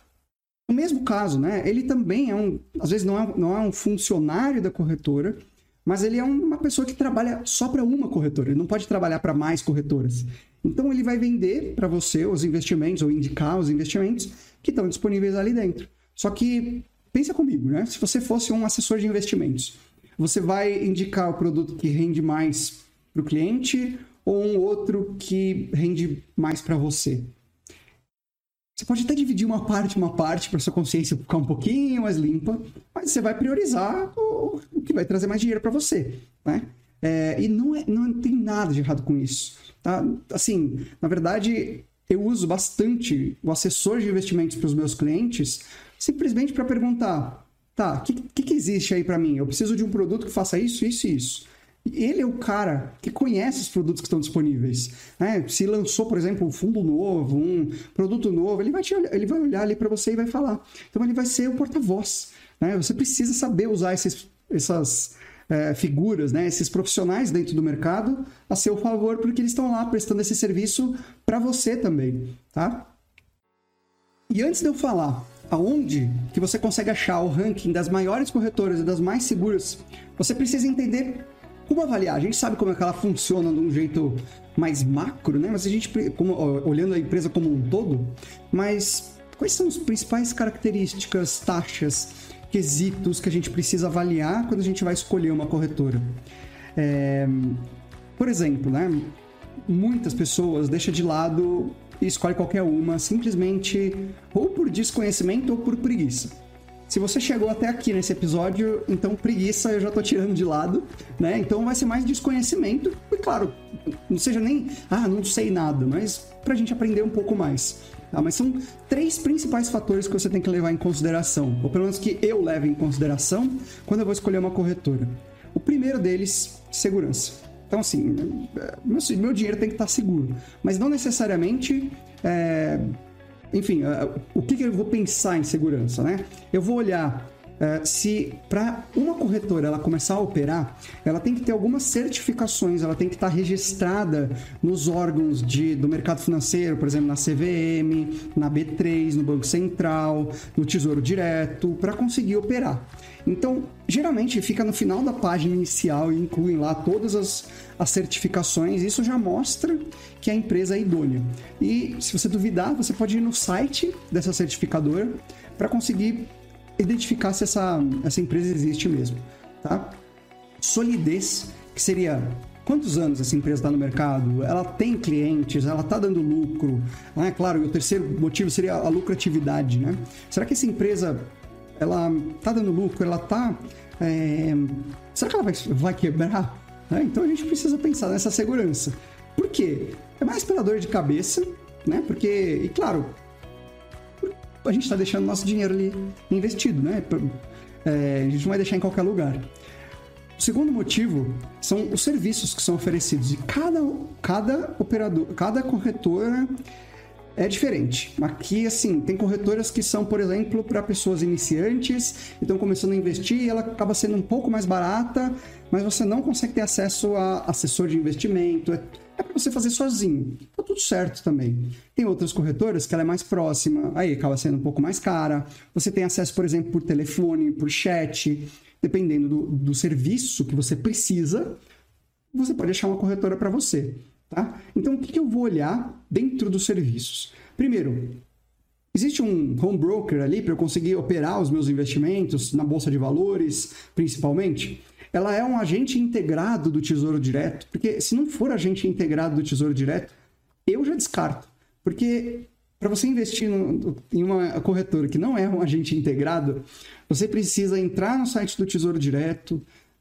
No mesmo caso, né, ele também é um, às vezes não é, não é um funcionário da corretora, mas ele é uma pessoa que trabalha só para uma corretora, ele não pode trabalhar para mais corretoras. Então ele vai vender para você os investimentos ou indicar os investimentos que estão disponíveis ali dentro. Só que, pensa comigo, né? Se você fosse um assessor de investimentos, você vai indicar o produto que rende mais para o cliente ou um outro que rende mais para você? Você pode até dividir uma parte, uma parte, para sua consciência ficar um pouquinho mais limpa, mas você vai priorizar o, o que vai trazer mais dinheiro para você, né? É, e não, é, não tem nada de errado com isso, tá? Assim, na verdade, eu uso bastante o assessor de investimentos para os meus clientes, simplesmente para perguntar: tá, o que, que, que existe aí para mim? Eu preciso de um produto que faça isso, isso e isso. Ele é o cara que conhece os produtos que estão disponíveis, né? Se lançou, por exemplo, um fundo novo, um produto novo, ele vai, te olhar, ele vai olhar ali para você e vai falar. Então, ele vai ser o porta-voz, né? Você precisa saber usar esses, essas é, figuras, né? Esses profissionais dentro do mercado a seu favor, porque eles estão lá prestando esse serviço para você também, tá? E antes de eu falar aonde que você consegue achar o ranking das maiores corretoras e das mais seguras, você precisa entender como avaliar. A gente sabe como é que ela funciona de um jeito mais macro, né? Mas a gente, como, olhando a empresa como um todo, mas quais são as principais características, taxas, quesitos que a gente precisa avaliar quando a gente vai escolher uma corretora? É, por exemplo, né? Muitas pessoas deixam de lado e escolhe qualquer uma, simplesmente ou por desconhecimento ou por preguiça. Se você chegou até aqui nesse episódio, então preguiça eu já tô tirando de lado, né? Então vai ser mais desconhecimento, e claro, não seja nem, ah, não sei nada, mas pra gente aprender um pouco mais. Tá? Mas são três principais fatores que você tem que levar em consideração, ou pelo menos que eu levo em consideração quando eu vou escolher uma corretora. O primeiro deles, segurança. Então, assim, meu, meu dinheiro tem que estar seguro, mas não necessariamente... É, enfim, o que eu vou pensar em segurança, né? Eu vou olhar uh, se para uma corretora ela começar a operar, ela tem que ter algumas certificações, ela tem que estar registrada nos órgãos de, do mercado financeiro, por exemplo, na C V M, na B três, no Banco Central, no Tesouro Direto, para conseguir operar. Então, geralmente fica no final da página inicial e incluem lá todas as, as certificações. Isso já mostra que a empresa é idônea. E se você duvidar, você pode ir no site dessa certificadora para conseguir identificar se essa, essa empresa existe mesmo, tá? Solidez, que seria quantos anos essa empresa está no mercado, ela tem clientes, ela está dando lucro, né? Claro, e o terceiro motivo seria a lucratividade, né? Será que essa empresa ela está dando lucro, ela está... É... Será que ela vai, vai quebrar? Né? Então a gente precisa pensar nessa segurança. Por quê? É mais pela dor de cabeça, né? Porque, e claro, a gente está deixando nosso dinheiro ali investido, né? É, a gente não vai deixar em qualquer lugar. O segundo motivo são os serviços que são oferecidos. E cada, cada operador, cada corretora é diferente. Aqui, assim, tem corretoras que são, por exemplo, para pessoas iniciantes que estão começando a investir e ela acaba sendo um pouco mais barata, mas você não consegue ter acesso a assessor de investimento. É, é para você fazer sozinho. Tá tudo certo também. Tem outras corretoras que ela é mais próxima, aí acaba sendo um pouco mais cara. Você tem acesso, por exemplo, por telefone, por chat. Dependendo do, do serviço que você precisa, você pode achar uma corretora para você, tá? Então, o que, que eu vou olhar dentro dos serviços? Primeiro, existe um home broker ali para eu conseguir operar os meus investimentos na Bolsa de Valores, principalmente? Ela é um agente integrado do Tesouro Direto, porque se não for agente integrado do Tesouro Direto, eu já descarto, porque para você investir no, em uma corretora que não é um agente integrado, você precisa entrar no site do Tesouro Direto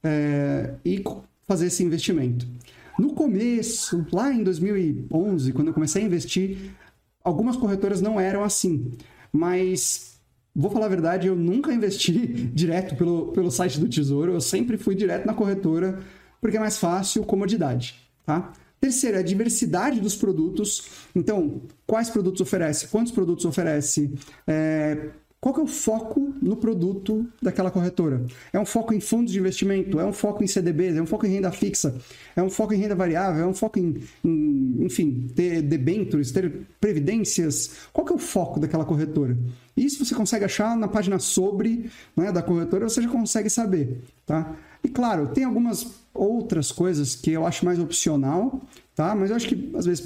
é, e fazer esse investimento. No começo, lá em dois mil e onze, quando eu comecei a investir, algumas corretoras não eram assim. Mas, vou falar a verdade, eu nunca investi direto pelo, pelo site do Tesouro. Eu sempre fui direto na corretora, porque é mais fácil, comodidade, tá? Terceiro, é a diversidade dos produtos. Então, quais produtos oferece? Quantos produtos oferece? É, qual que é o foco no produto daquela corretora? É um foco em fundos de investimento? É um foco em C D Bs? É um foco em renda fixa? É um foco em renda variável? É um foco em, em enfim, ter debêntures, ter previdências? Qual que é o foco daquela corretora? Isso você consegue achar na página sobre, né, da corretora, você já consegue saber, tá? E claro, tem algumas outras coisas que eu acho mais opcional, tá? Mas eu acho que às vezes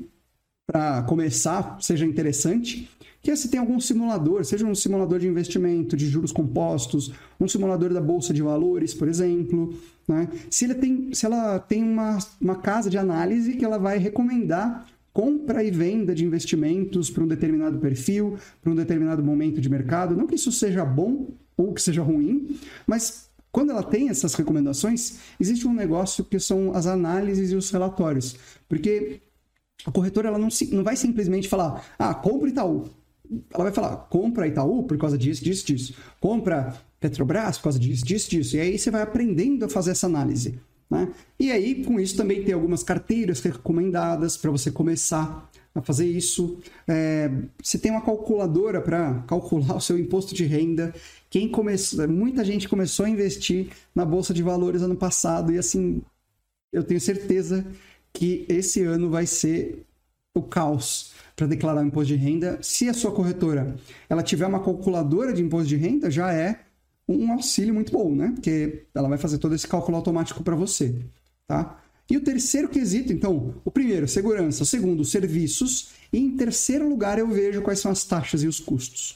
para começar seja interessante, que é se tem algum simulador, seja um simulador de investimento, de juros compostos, um simulador da Bolsa de Valores, por exemplo, né? Se, ele tem, se ela tem uma, uma casa de análise que ela vai recomendar compra e venda de investimentos para um determinado perfil, para um determinado momento de mercado. Não que isso seja bom ou que seja ruim, mas quando ela tem essas recomendações, existe um negócio que são as análises e os relatórios. Porque a corretora ela não, se, não vai simplesmente falar, ah, compra Itaú. Ela vai falar, compra Itaú por causa disso, disso, disso. Compra Petrobras por causa disso, disso, disso. E aí você vai aprendendo a fazer essa análise, né? E aí, com isso, também tem algumas carteiras recomendadas para você começar a fazer isso. É, você tem uma calculadora para calcular o seu imposto de renda. Quem começou, muita gente começou a investir na Bolsa de Valores ano passado e, assim, eu tenho certeza que esse ano vai ser o caos para declarar o imposto de renda. Se a sua corretora ela tiver uma calculadora de imposto de renda, já é um auxílio muito bom, né? Porque ela vai fazer todo esse cálculo automático para você, tá? E o terceiro quesito, então, o primeiro, segurança. O segundo, serviços. E em terceiro lugar, eu vejo quais são as taxas e os custos.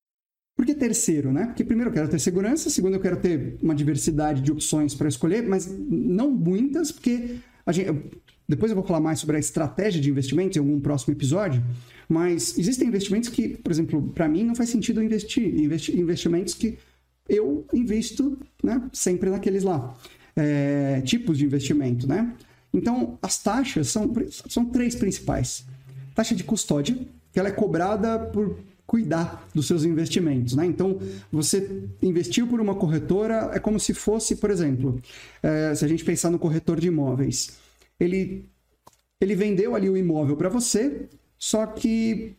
Por que terceiro, né? Porque primeiro eu quero ter segurança, segundo eu quero ter uma diversidade de opções para escolher, mas não muitas, porque a gente... Depois eu vou falar mais sobre a estratégia de investimentos em algum próximo episódio, mas existem investimentos que, por exemplo, para mim não faz sentido investir. Investi- investimentos que eu invisto, né, sempre naqueles lá, é, tipos de investimento, né? Então, as taxas são, são três principais. Taxa de custódia, que ela é cobrada por cuidar dos seus investimentos, né? Então, você investiu por uma corretora, é como se fosse, por exemplo, é, se a gente pensar no corretor de imóveis, ele, ele vendeu ali o imóvel para você, só que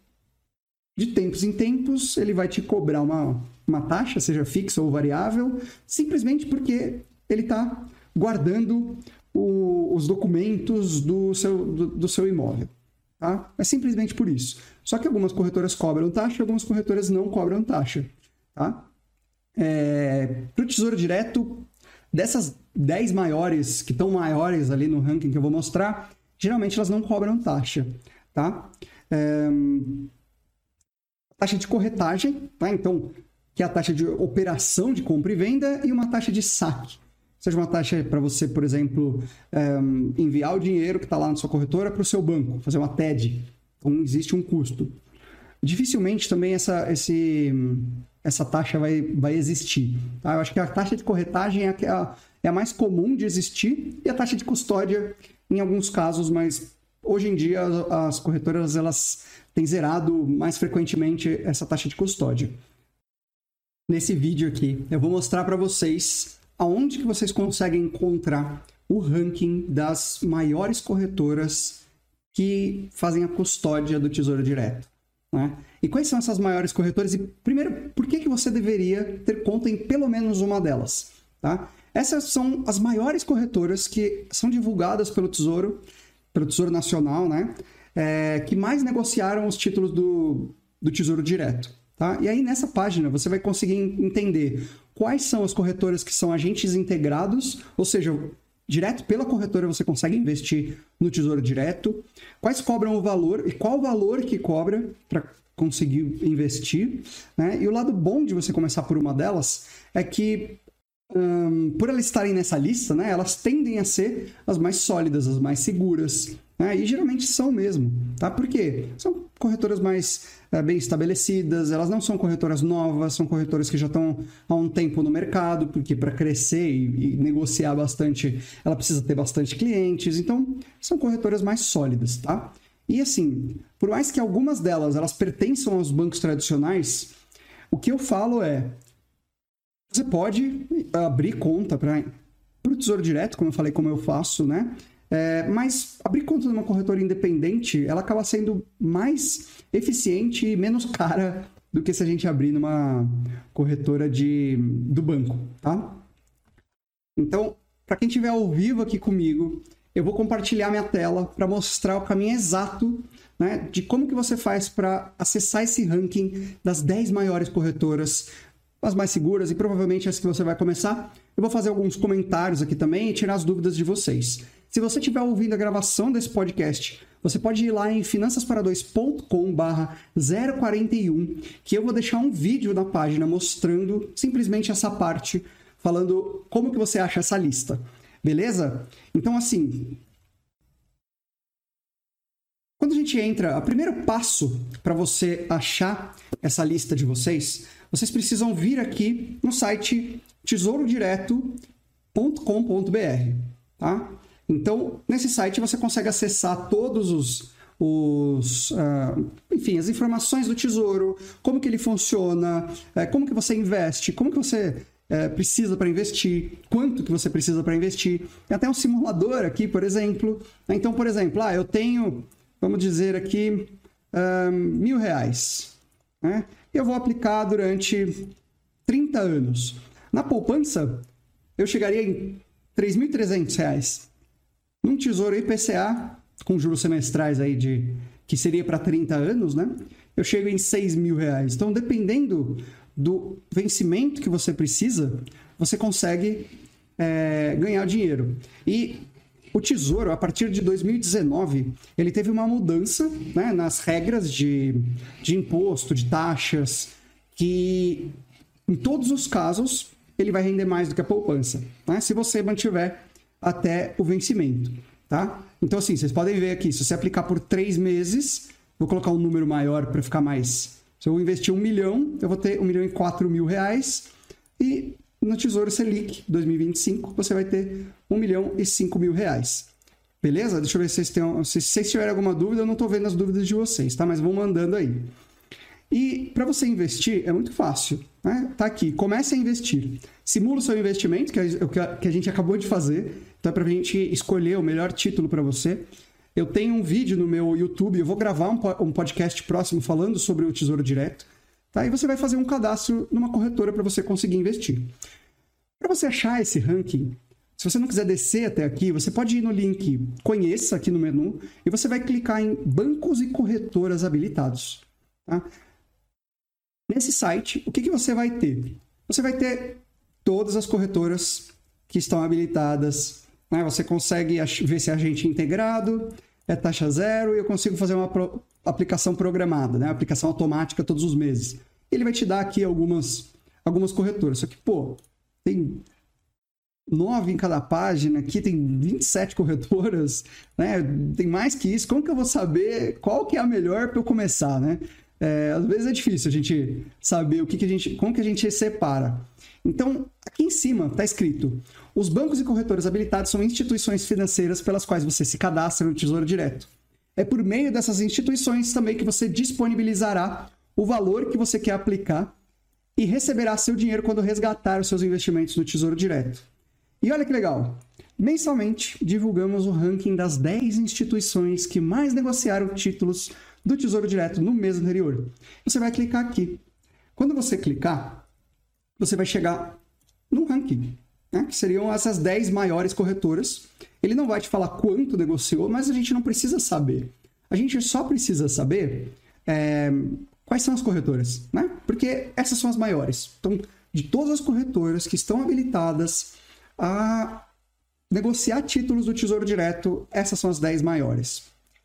de tempos em tempos ele vai te cobrar uma, uma taxa, seja fixa ou variável, simplesmente porque ele está guardando o, os documentos do seu, do, do seu imóvel. Tá? É simplesmente por isso. Só que algumas corretoras cobram taxa e algumas corretoras não cobram taxa. Tá? É, para o Tesouro Direto, dessas dez maiores, que estão maiores ali no ranking que eu vou mostrar, geralmente elas não cobram taxa. Tá? É, taxa de corretagem, tá? Então, que é a taxa de operação de compra e venda, e uma taxa de saque. Seja uma taxa para você, por exemplo, um, enviar o dinheiro que está lá na sua corretora para o seu banco, fazer uma T E D. Então, existe um custo. Dificilmente também essa, esse, essa taxa vai, vai existir. Tá? Eu acho que a taxa de corretagem é a, é a mais comum de existir e a taxa de custódia em alguns casos, mas hoje em dia as corretoras elas tem zerado mais frequentemente essa taxa de custódia. Nesse vídeo aqui, eu vou mostrar para vocês aonde que vocês conseguem encontrar o ranking das maiores corretoras que fazem a custódia do Tesouro Direto, né? E quais são essas maiores corretoras? E primeiro, por que que você deveria ter conta em pelo menos uma delas, tá? Essas são as maiores corretoras que são divulgadas pelo Tesouro, pelo Tesouro Nacional, né? É, que mais negociaram os títulos do, do Tesouro Direto, tá? E aí nessa página você vai conseguir entender quais são as corretoras que são agentes integrados, ou seja, direto pela corretora você consegue investir no Tesouro Direto, quais cobram o valor e qual o valor que cobra para conseguir investir, né? E o lado bom de você começar por uma delas é que, hum, por elas estarem nessa lista, né, elas tendem a ser as mais sólidas, as mais seguras, né? E geralmente são mesmo, tá? Por quê? São corretoras mais é, bem estabelecidas, elas não são corretoras novas, são corretoras que já estão há um tempo no mercado, porque para crescer e, e negociar bastante, ela precisa ter bastante clientes, então são corretoras mais sólidas, tá? E assim, por mais que algumas delas elas pertençam aos bancos tradicionais, o que eu falo é, você pode abrir conta para o Tesouro Direto, como eu falei, como eu faço, né? É, mas abrir conta numa corretora independente, ela acaba sendo mais eficiente e menos cara do que se a gente abrir numa corretora de, do banco, tá? Então, para quem estiver ao vivo aqui comigo, eu vou compartilhar minha tela para mostrar o caminho exato, né, de como que você faz para acessar esse ranking das dez maiores corretoras, as mais seguras e provavelmente as que você vai começar. Eu vou fazer alguns comentários aqui também e tirar as dúvidas de vocês. Se você estiver ouvindo a gravação desse podcast, você pode ir lá em finanças para dois ponto com barra zero quarenta e um, que eu vou deixar um vídeo na página mostrando simplesmente essa parte, falando como que você acha essa lista. Beleza? Então, assim, quando a gente entra, o primeiro passo para você achar essa lista de vocês, vocês precisam vir aqui no site tesouro direto ponto com ponto br, tá? Então, nesse site você consegue acessar todos os, os uh, enfim, as informações do Tesouro, como que ele funciona, uh, como que você investe, como que você uh, precisa para investir, quanto que você precisa para investir. Tem até um simulador aqui, por exemplo. Então, por exemplo, ah, eu tenho, vamos dizer aqui, uh, mil reais, né? E eu vou aplicar durante trinta anos. Na poupança, eu chegaria em três mil e trezentos reais. Num Tesouro I P C A, com juros semestrais aí de, que seria para trinta anos, né? Eu chego em seis mil reais. Então, dependendo do vencimento que você precisa, você consegue é, ganhar dinheiro. E o Tesouro, a partir de dois mil e dezenove, ele teve uma mudança, né, nas regras de, de imposto, de taxas, que em todos os casos ele vai render mais do que a poupança, né? Se você mantiver até o vencimento, tá? Então, assim, vocês podem ver aqui, se você aplicar por três meses, vou colocar um número maior para ficar mais... Se eu investir um milhão, eu vou ter um milhão e quatro mil reais, e no Tesouro Selic dois mil e vinte e cinco, você vai ter um milhão e cinco mil reais. Beleza? Deixa eu ver se vocês, têm, se vocês tiverem alguma dúvida, eu não estou vendo as dúvidas de vocês, tá? Mas vão mandando aí. E para você investir, é muito fácil, né? Tá aqui, comece a investir. Simula o seu investimento, que é o que a gente acabou de fazer. Então é para a gente escolher o melhor título para você. Eu tenho um vídeo no meu YouTube, eu vou gravar um podcast próximo falando sobre o Tesouro Direto. Tá? E você vai fazer um cadastro numa corretora para você conseguir investir. Para você achar esse ranking, se você não quiser descer até aqui, você pode ir no link Conheça aqui no menu e você vai clicar em Bancos e Corretoras Habilitados. Tá? Nesse site, o que, que você vai ter? Você vai ter todas as corretoras que estão habilitadas, né? Você consegue ver se é agente integrado, é taxa zero, e eu consigo fazer uma pro... aplicação programada, né? Aplicação automática todos os meses. Ele vai te dar aqui algumas, algumas corretoras. Só que, pô, tem nove em cada página, aqui tem vinte e sete corretoras, né? Tem mais que isso. Como que eu vou saber qual que é a melhor para eu começar, né? É, às vezes é difícil a gente saber o que, que a gente, como que a gente separa. Então, aqui em cima está escrito: os bancos e corretoras habilitados são instituições financeiras pelas quais você se cadastra no Tesouro Direto. É por meio dessas instituições também que você disponibilizará o valor que você quer aplicar e receberá seu dinheiro quando resgatar os seus investimentos no Tesouro Direto. E olha que legal! Mensalmente, divulgamos o ranking das dez instituições que mais negociaram títulos do Tesouro Direto no mês anterior. Você vai clicar aqui. Quando você clicar, você vai chegar num ranking, né? Que seriam essas dez maiores corretoras. Ele não vai te falar quanto negociou, mas a gente não precisa saber. A gente só precisa saber é, quais são as corretoras, né? Porque essas são as maiores. Então, de todas as corretoras que estão habilitadas a negociar títulos do Tesouro Direto, essas são as dez maiores.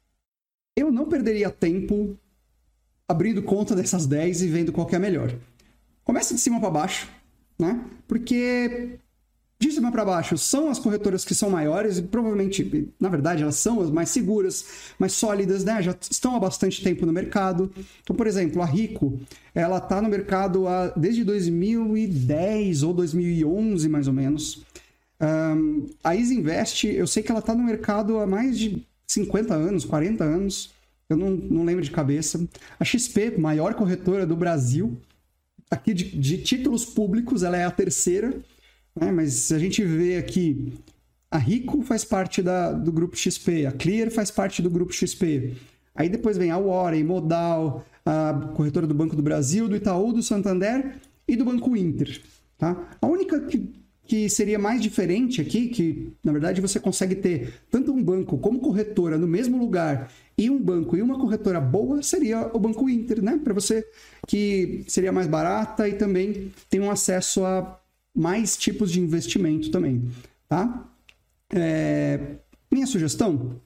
Eu não perderia tempo abrindo conta dessas dez e vendo qual que é a melhor. Começa de cima para baixo, né? Porque de cima para baixo são as corretoras que são maiores e provavelmente, na verdade, elas são as mais seguras, mais sólidas, né? Já estão há bastante tempo no mercado. Então, por exemplo, a Rico, ela está no mercado há, desde dois mil e dez ou dois mil e onze, mais ou menos. Um, a Isinvest, eu sei que ela está no mercado há mais de cinquenta anos, quarenta anos, eu não, não lembro de cabeça. A X P, maior corretora do Brasil, aqui de, de títulos públicos, ela é a terceira, né? Mas a gente vê aqui, a Rico faz parte da, do grupo X P, a Clear faz parte do grupo X P. Aí depois vem a Warren, Modal, a corretora do Banco do Brasil, do Itaú, do Santander e do Banco Inter. Tá? A única que que seria mais diferente aqui, que na verdade você consegue ter tanto um banco como corretora no mesmo lugar e um banco e uma corretora boa, seria o Banco Inter, né? Para você, que seria mais barata e também tem um acesso a mais tipos de investimento também, tá? É... Minha sugestão,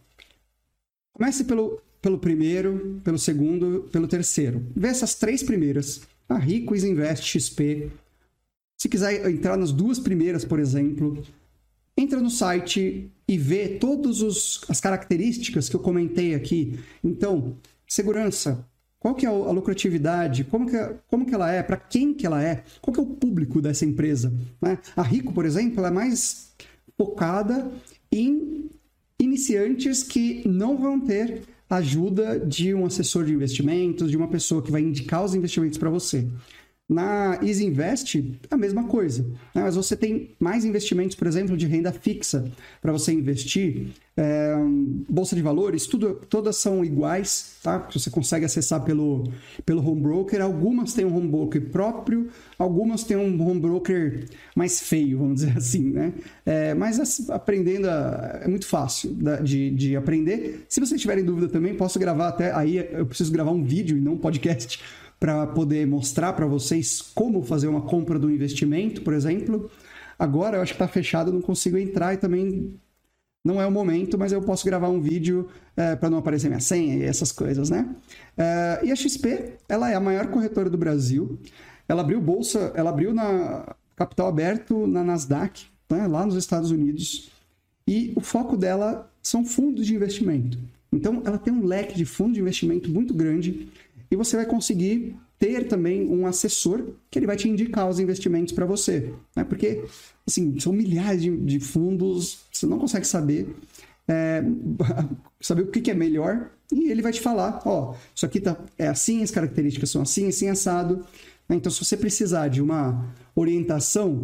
comece pelo, pelo primeiro, pelo segundo, pelo terceiro. Vê essas três primeiras, a Rico, Isinvest, X P. Se quiser entrar nas duas primeiras, por exemplo, entra no site e vê todas as características que eu comentei aqui. Então, segurança, qual que é a lucratividade, como que, como que ela é, para quem que ela é, qual que é o público dessa empresa, né? A Rico, por exemplo, ela é mais focada em iniciantes que não vão ter ajuda de um assessor de investimentos, de uma pessoa que vai indicar os investimentos para você. Na Isinvest, a mesma coisa, né? Mas você tem mais investimentos, por exemplo, de renda fixa para você investir, é, bolsa de valores, tudo, todas são iguais, tá? Você consegue acessar pelo, pelo home broker. Algumas têm um home broker próprio, algumas têm um home broker mais feio, vamos dizer assim, né? É, mas aprendendo a, é muito fácil de, de aprender. Se vocês tiverem dúvida também, posso gravar até aí, eu preciso gravar um vídeo e não um podcast, para poder mostrar para vocês como fazer uma compra do investimento, por exemplo. Agora eu acho que está fechado, eu não consigo entrar e também não é o momento, mas eu posso gravar um vídeo é, para não aparecer minha senha e essas coisas, né? É, e a X P, ela é a maior corretora do Brasil. Ela abriu bolsa, ela abriu na capital aberto na Nasdaq, né, lá nos Estados Unidos. E o foco dela são fundos de investimento. Então, ela tem um leque de fundos de investimento muito grande. E você vai conseguir ter também um assessor que ele vai te indicar os investimentos para você, né? Porque, assim, são milhares de, de fundos, você não consegue saber, é, saber o que, que é melhor, e ele vai te falar, ó, isso aqui tá, é assim, as características são assim, assim, assado. Então, se você precisar de uma orientação,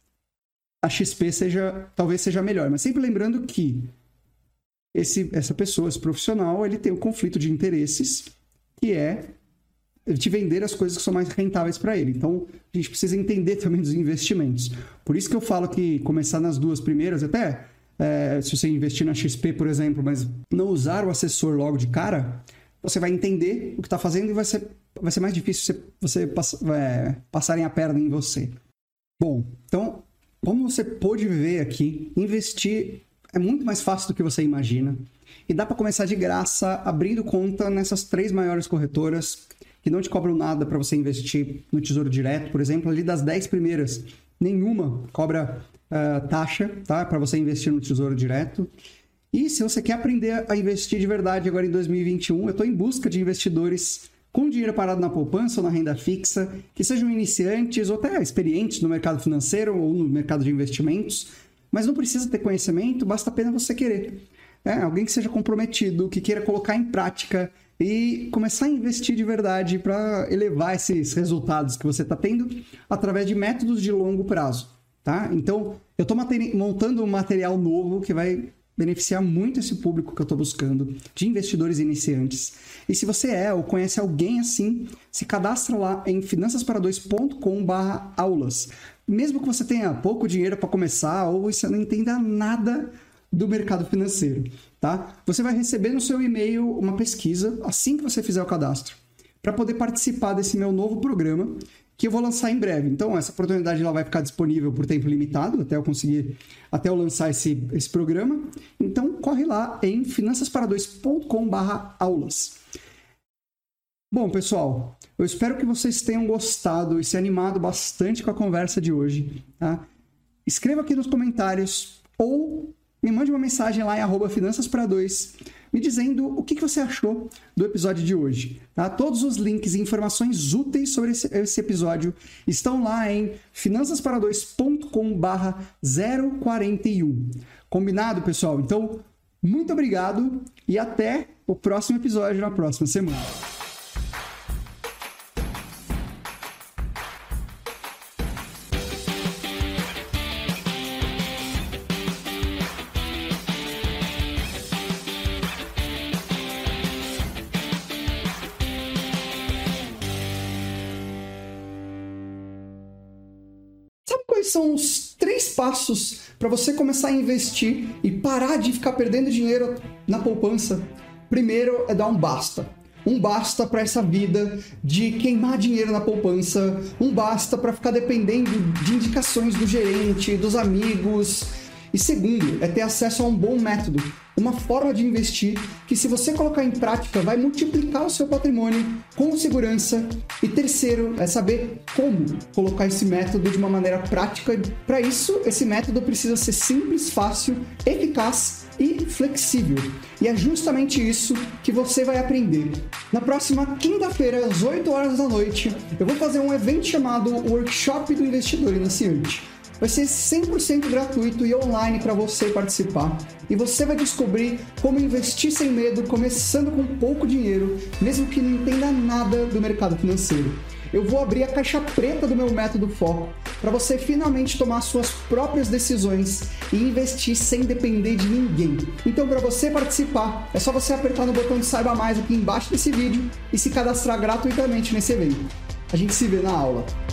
a X P seja, talvez seja melhor. Mas sempre lembrando que esse, essa pessoa, esse profissional, ele tem um conflito de interesses, que é te vender as coisas que são mais rentáveis para ele. Então, a gente precisa entender também dos investimentos. Por isso que eu falo que começar nas duas primeiras, até é, se você investir na X P, por exemplo, mas não usar o assessor logo de cara, você vai entender o que está fazendo e vai ser, vai ser mais difícil você, você pass, é, passarem a perna em você. Bom, então, como você pôde ver aqui, investir é muito mais fácil do que você imagina. E dá para começar de graça abrindo conta nessas três maiores corretoras que não te cobram nada para você investir no Tesouro Direto. Por exemplo, ali das dez primeiras, nenhuma cobra uh, taxa, tá? Para você investir no Tesouro Direto. E se você quer aprender a investir de verdade agora em dois mil e vinte e um, eu estou em busca de investidores com dinheiro parado na poupança ou na renda fixa, que sejam iniciantes ou até experientes no mercado financeiro ou no mercado de investimentos, mas não precisa ter conhecimento, basta apenas você querer. É, alguém que seja comprometido, que queira colocar em prática e começar a investir de verdade para elevar esses resultados que você está tendo através de métodos de longo prazo, tá? Então, eu estou montando um material novo que vai beneficiar muito esse público que eu estou buscando, de investidores iniciantes. E se você é ou conhece alguém assim, se cadastra lá em finanças para dois ponto com barra aulas. Mesmo que você tenha pouco dinheiro para começar ou você não entenda nada do mercado financeiro, tá? Você vai receber no seu e-mail uma pesquisa assim que você fizer o cadastro, para poder participar desse meu novo programa que eu vou lançar em breve. Então, essa oportunidade ela vai ficar disponível por tempo limitado, até eu conseguir, até eu lançar esse, esse programa. Então, corre lá em finanças para dois ponto com barra aulas. Bom, pessoal, eu espero que vocês tenham gostado e se animado bastante com a conversa de hoje, tá? Escreva aqui nos comentários ou me mande uma mensagem lá em arroba finanças para dois, me dizendo o que você achou do episódio de hoje. Tá? Todos os links e informações úteis sobre esse, esse episódio estão lá em finanças para dois ponto com barra zero quarenta e um. Combinado, pessoal? Então, muito obrigado e até o próximo episódio na próxima semana. São os três passos para você começar a investir e parar de ficar perdendo dinheiro na poupança. Primeiro é dar um basta. Um basta para essa vida de queimar dinheiro na poupança. Um basta para ficar dependendo de indicações do gerente, dos amigos. E segundo, é ter acesso a um bom método, uma forma de investir que, se você colocar em prática, vai multiplicar o seu patrimônio com segurança. E terceiro, é saber como colocar esse método de uma maneira prática. Para isso, esse método precisa ser simples, fácil, eficaz e flexível. E é justamente isso que você vai aprender. Na próxima quinta-feira, às oito horas da noite, eu vou fazer um evento chamado Workshop do Investidor Iniciante. Vai ser cem por cento gratuito e online para você participar. E você vai descobrir como investir sem medo, começando com pouco dinheiro, mesmo que não entenda nada do mercado financeiro. Eu vou abrir a caixa preta do meu método Foco para você finalmente tomar suas próprias decisões e investir sem depender de ninguém. Então, para você participar, é só você apertar no botão de Saiba Mais aqui embaixo desse vídeo e se cadastrar gratuitamente nesse evento. A gente se vê na aula.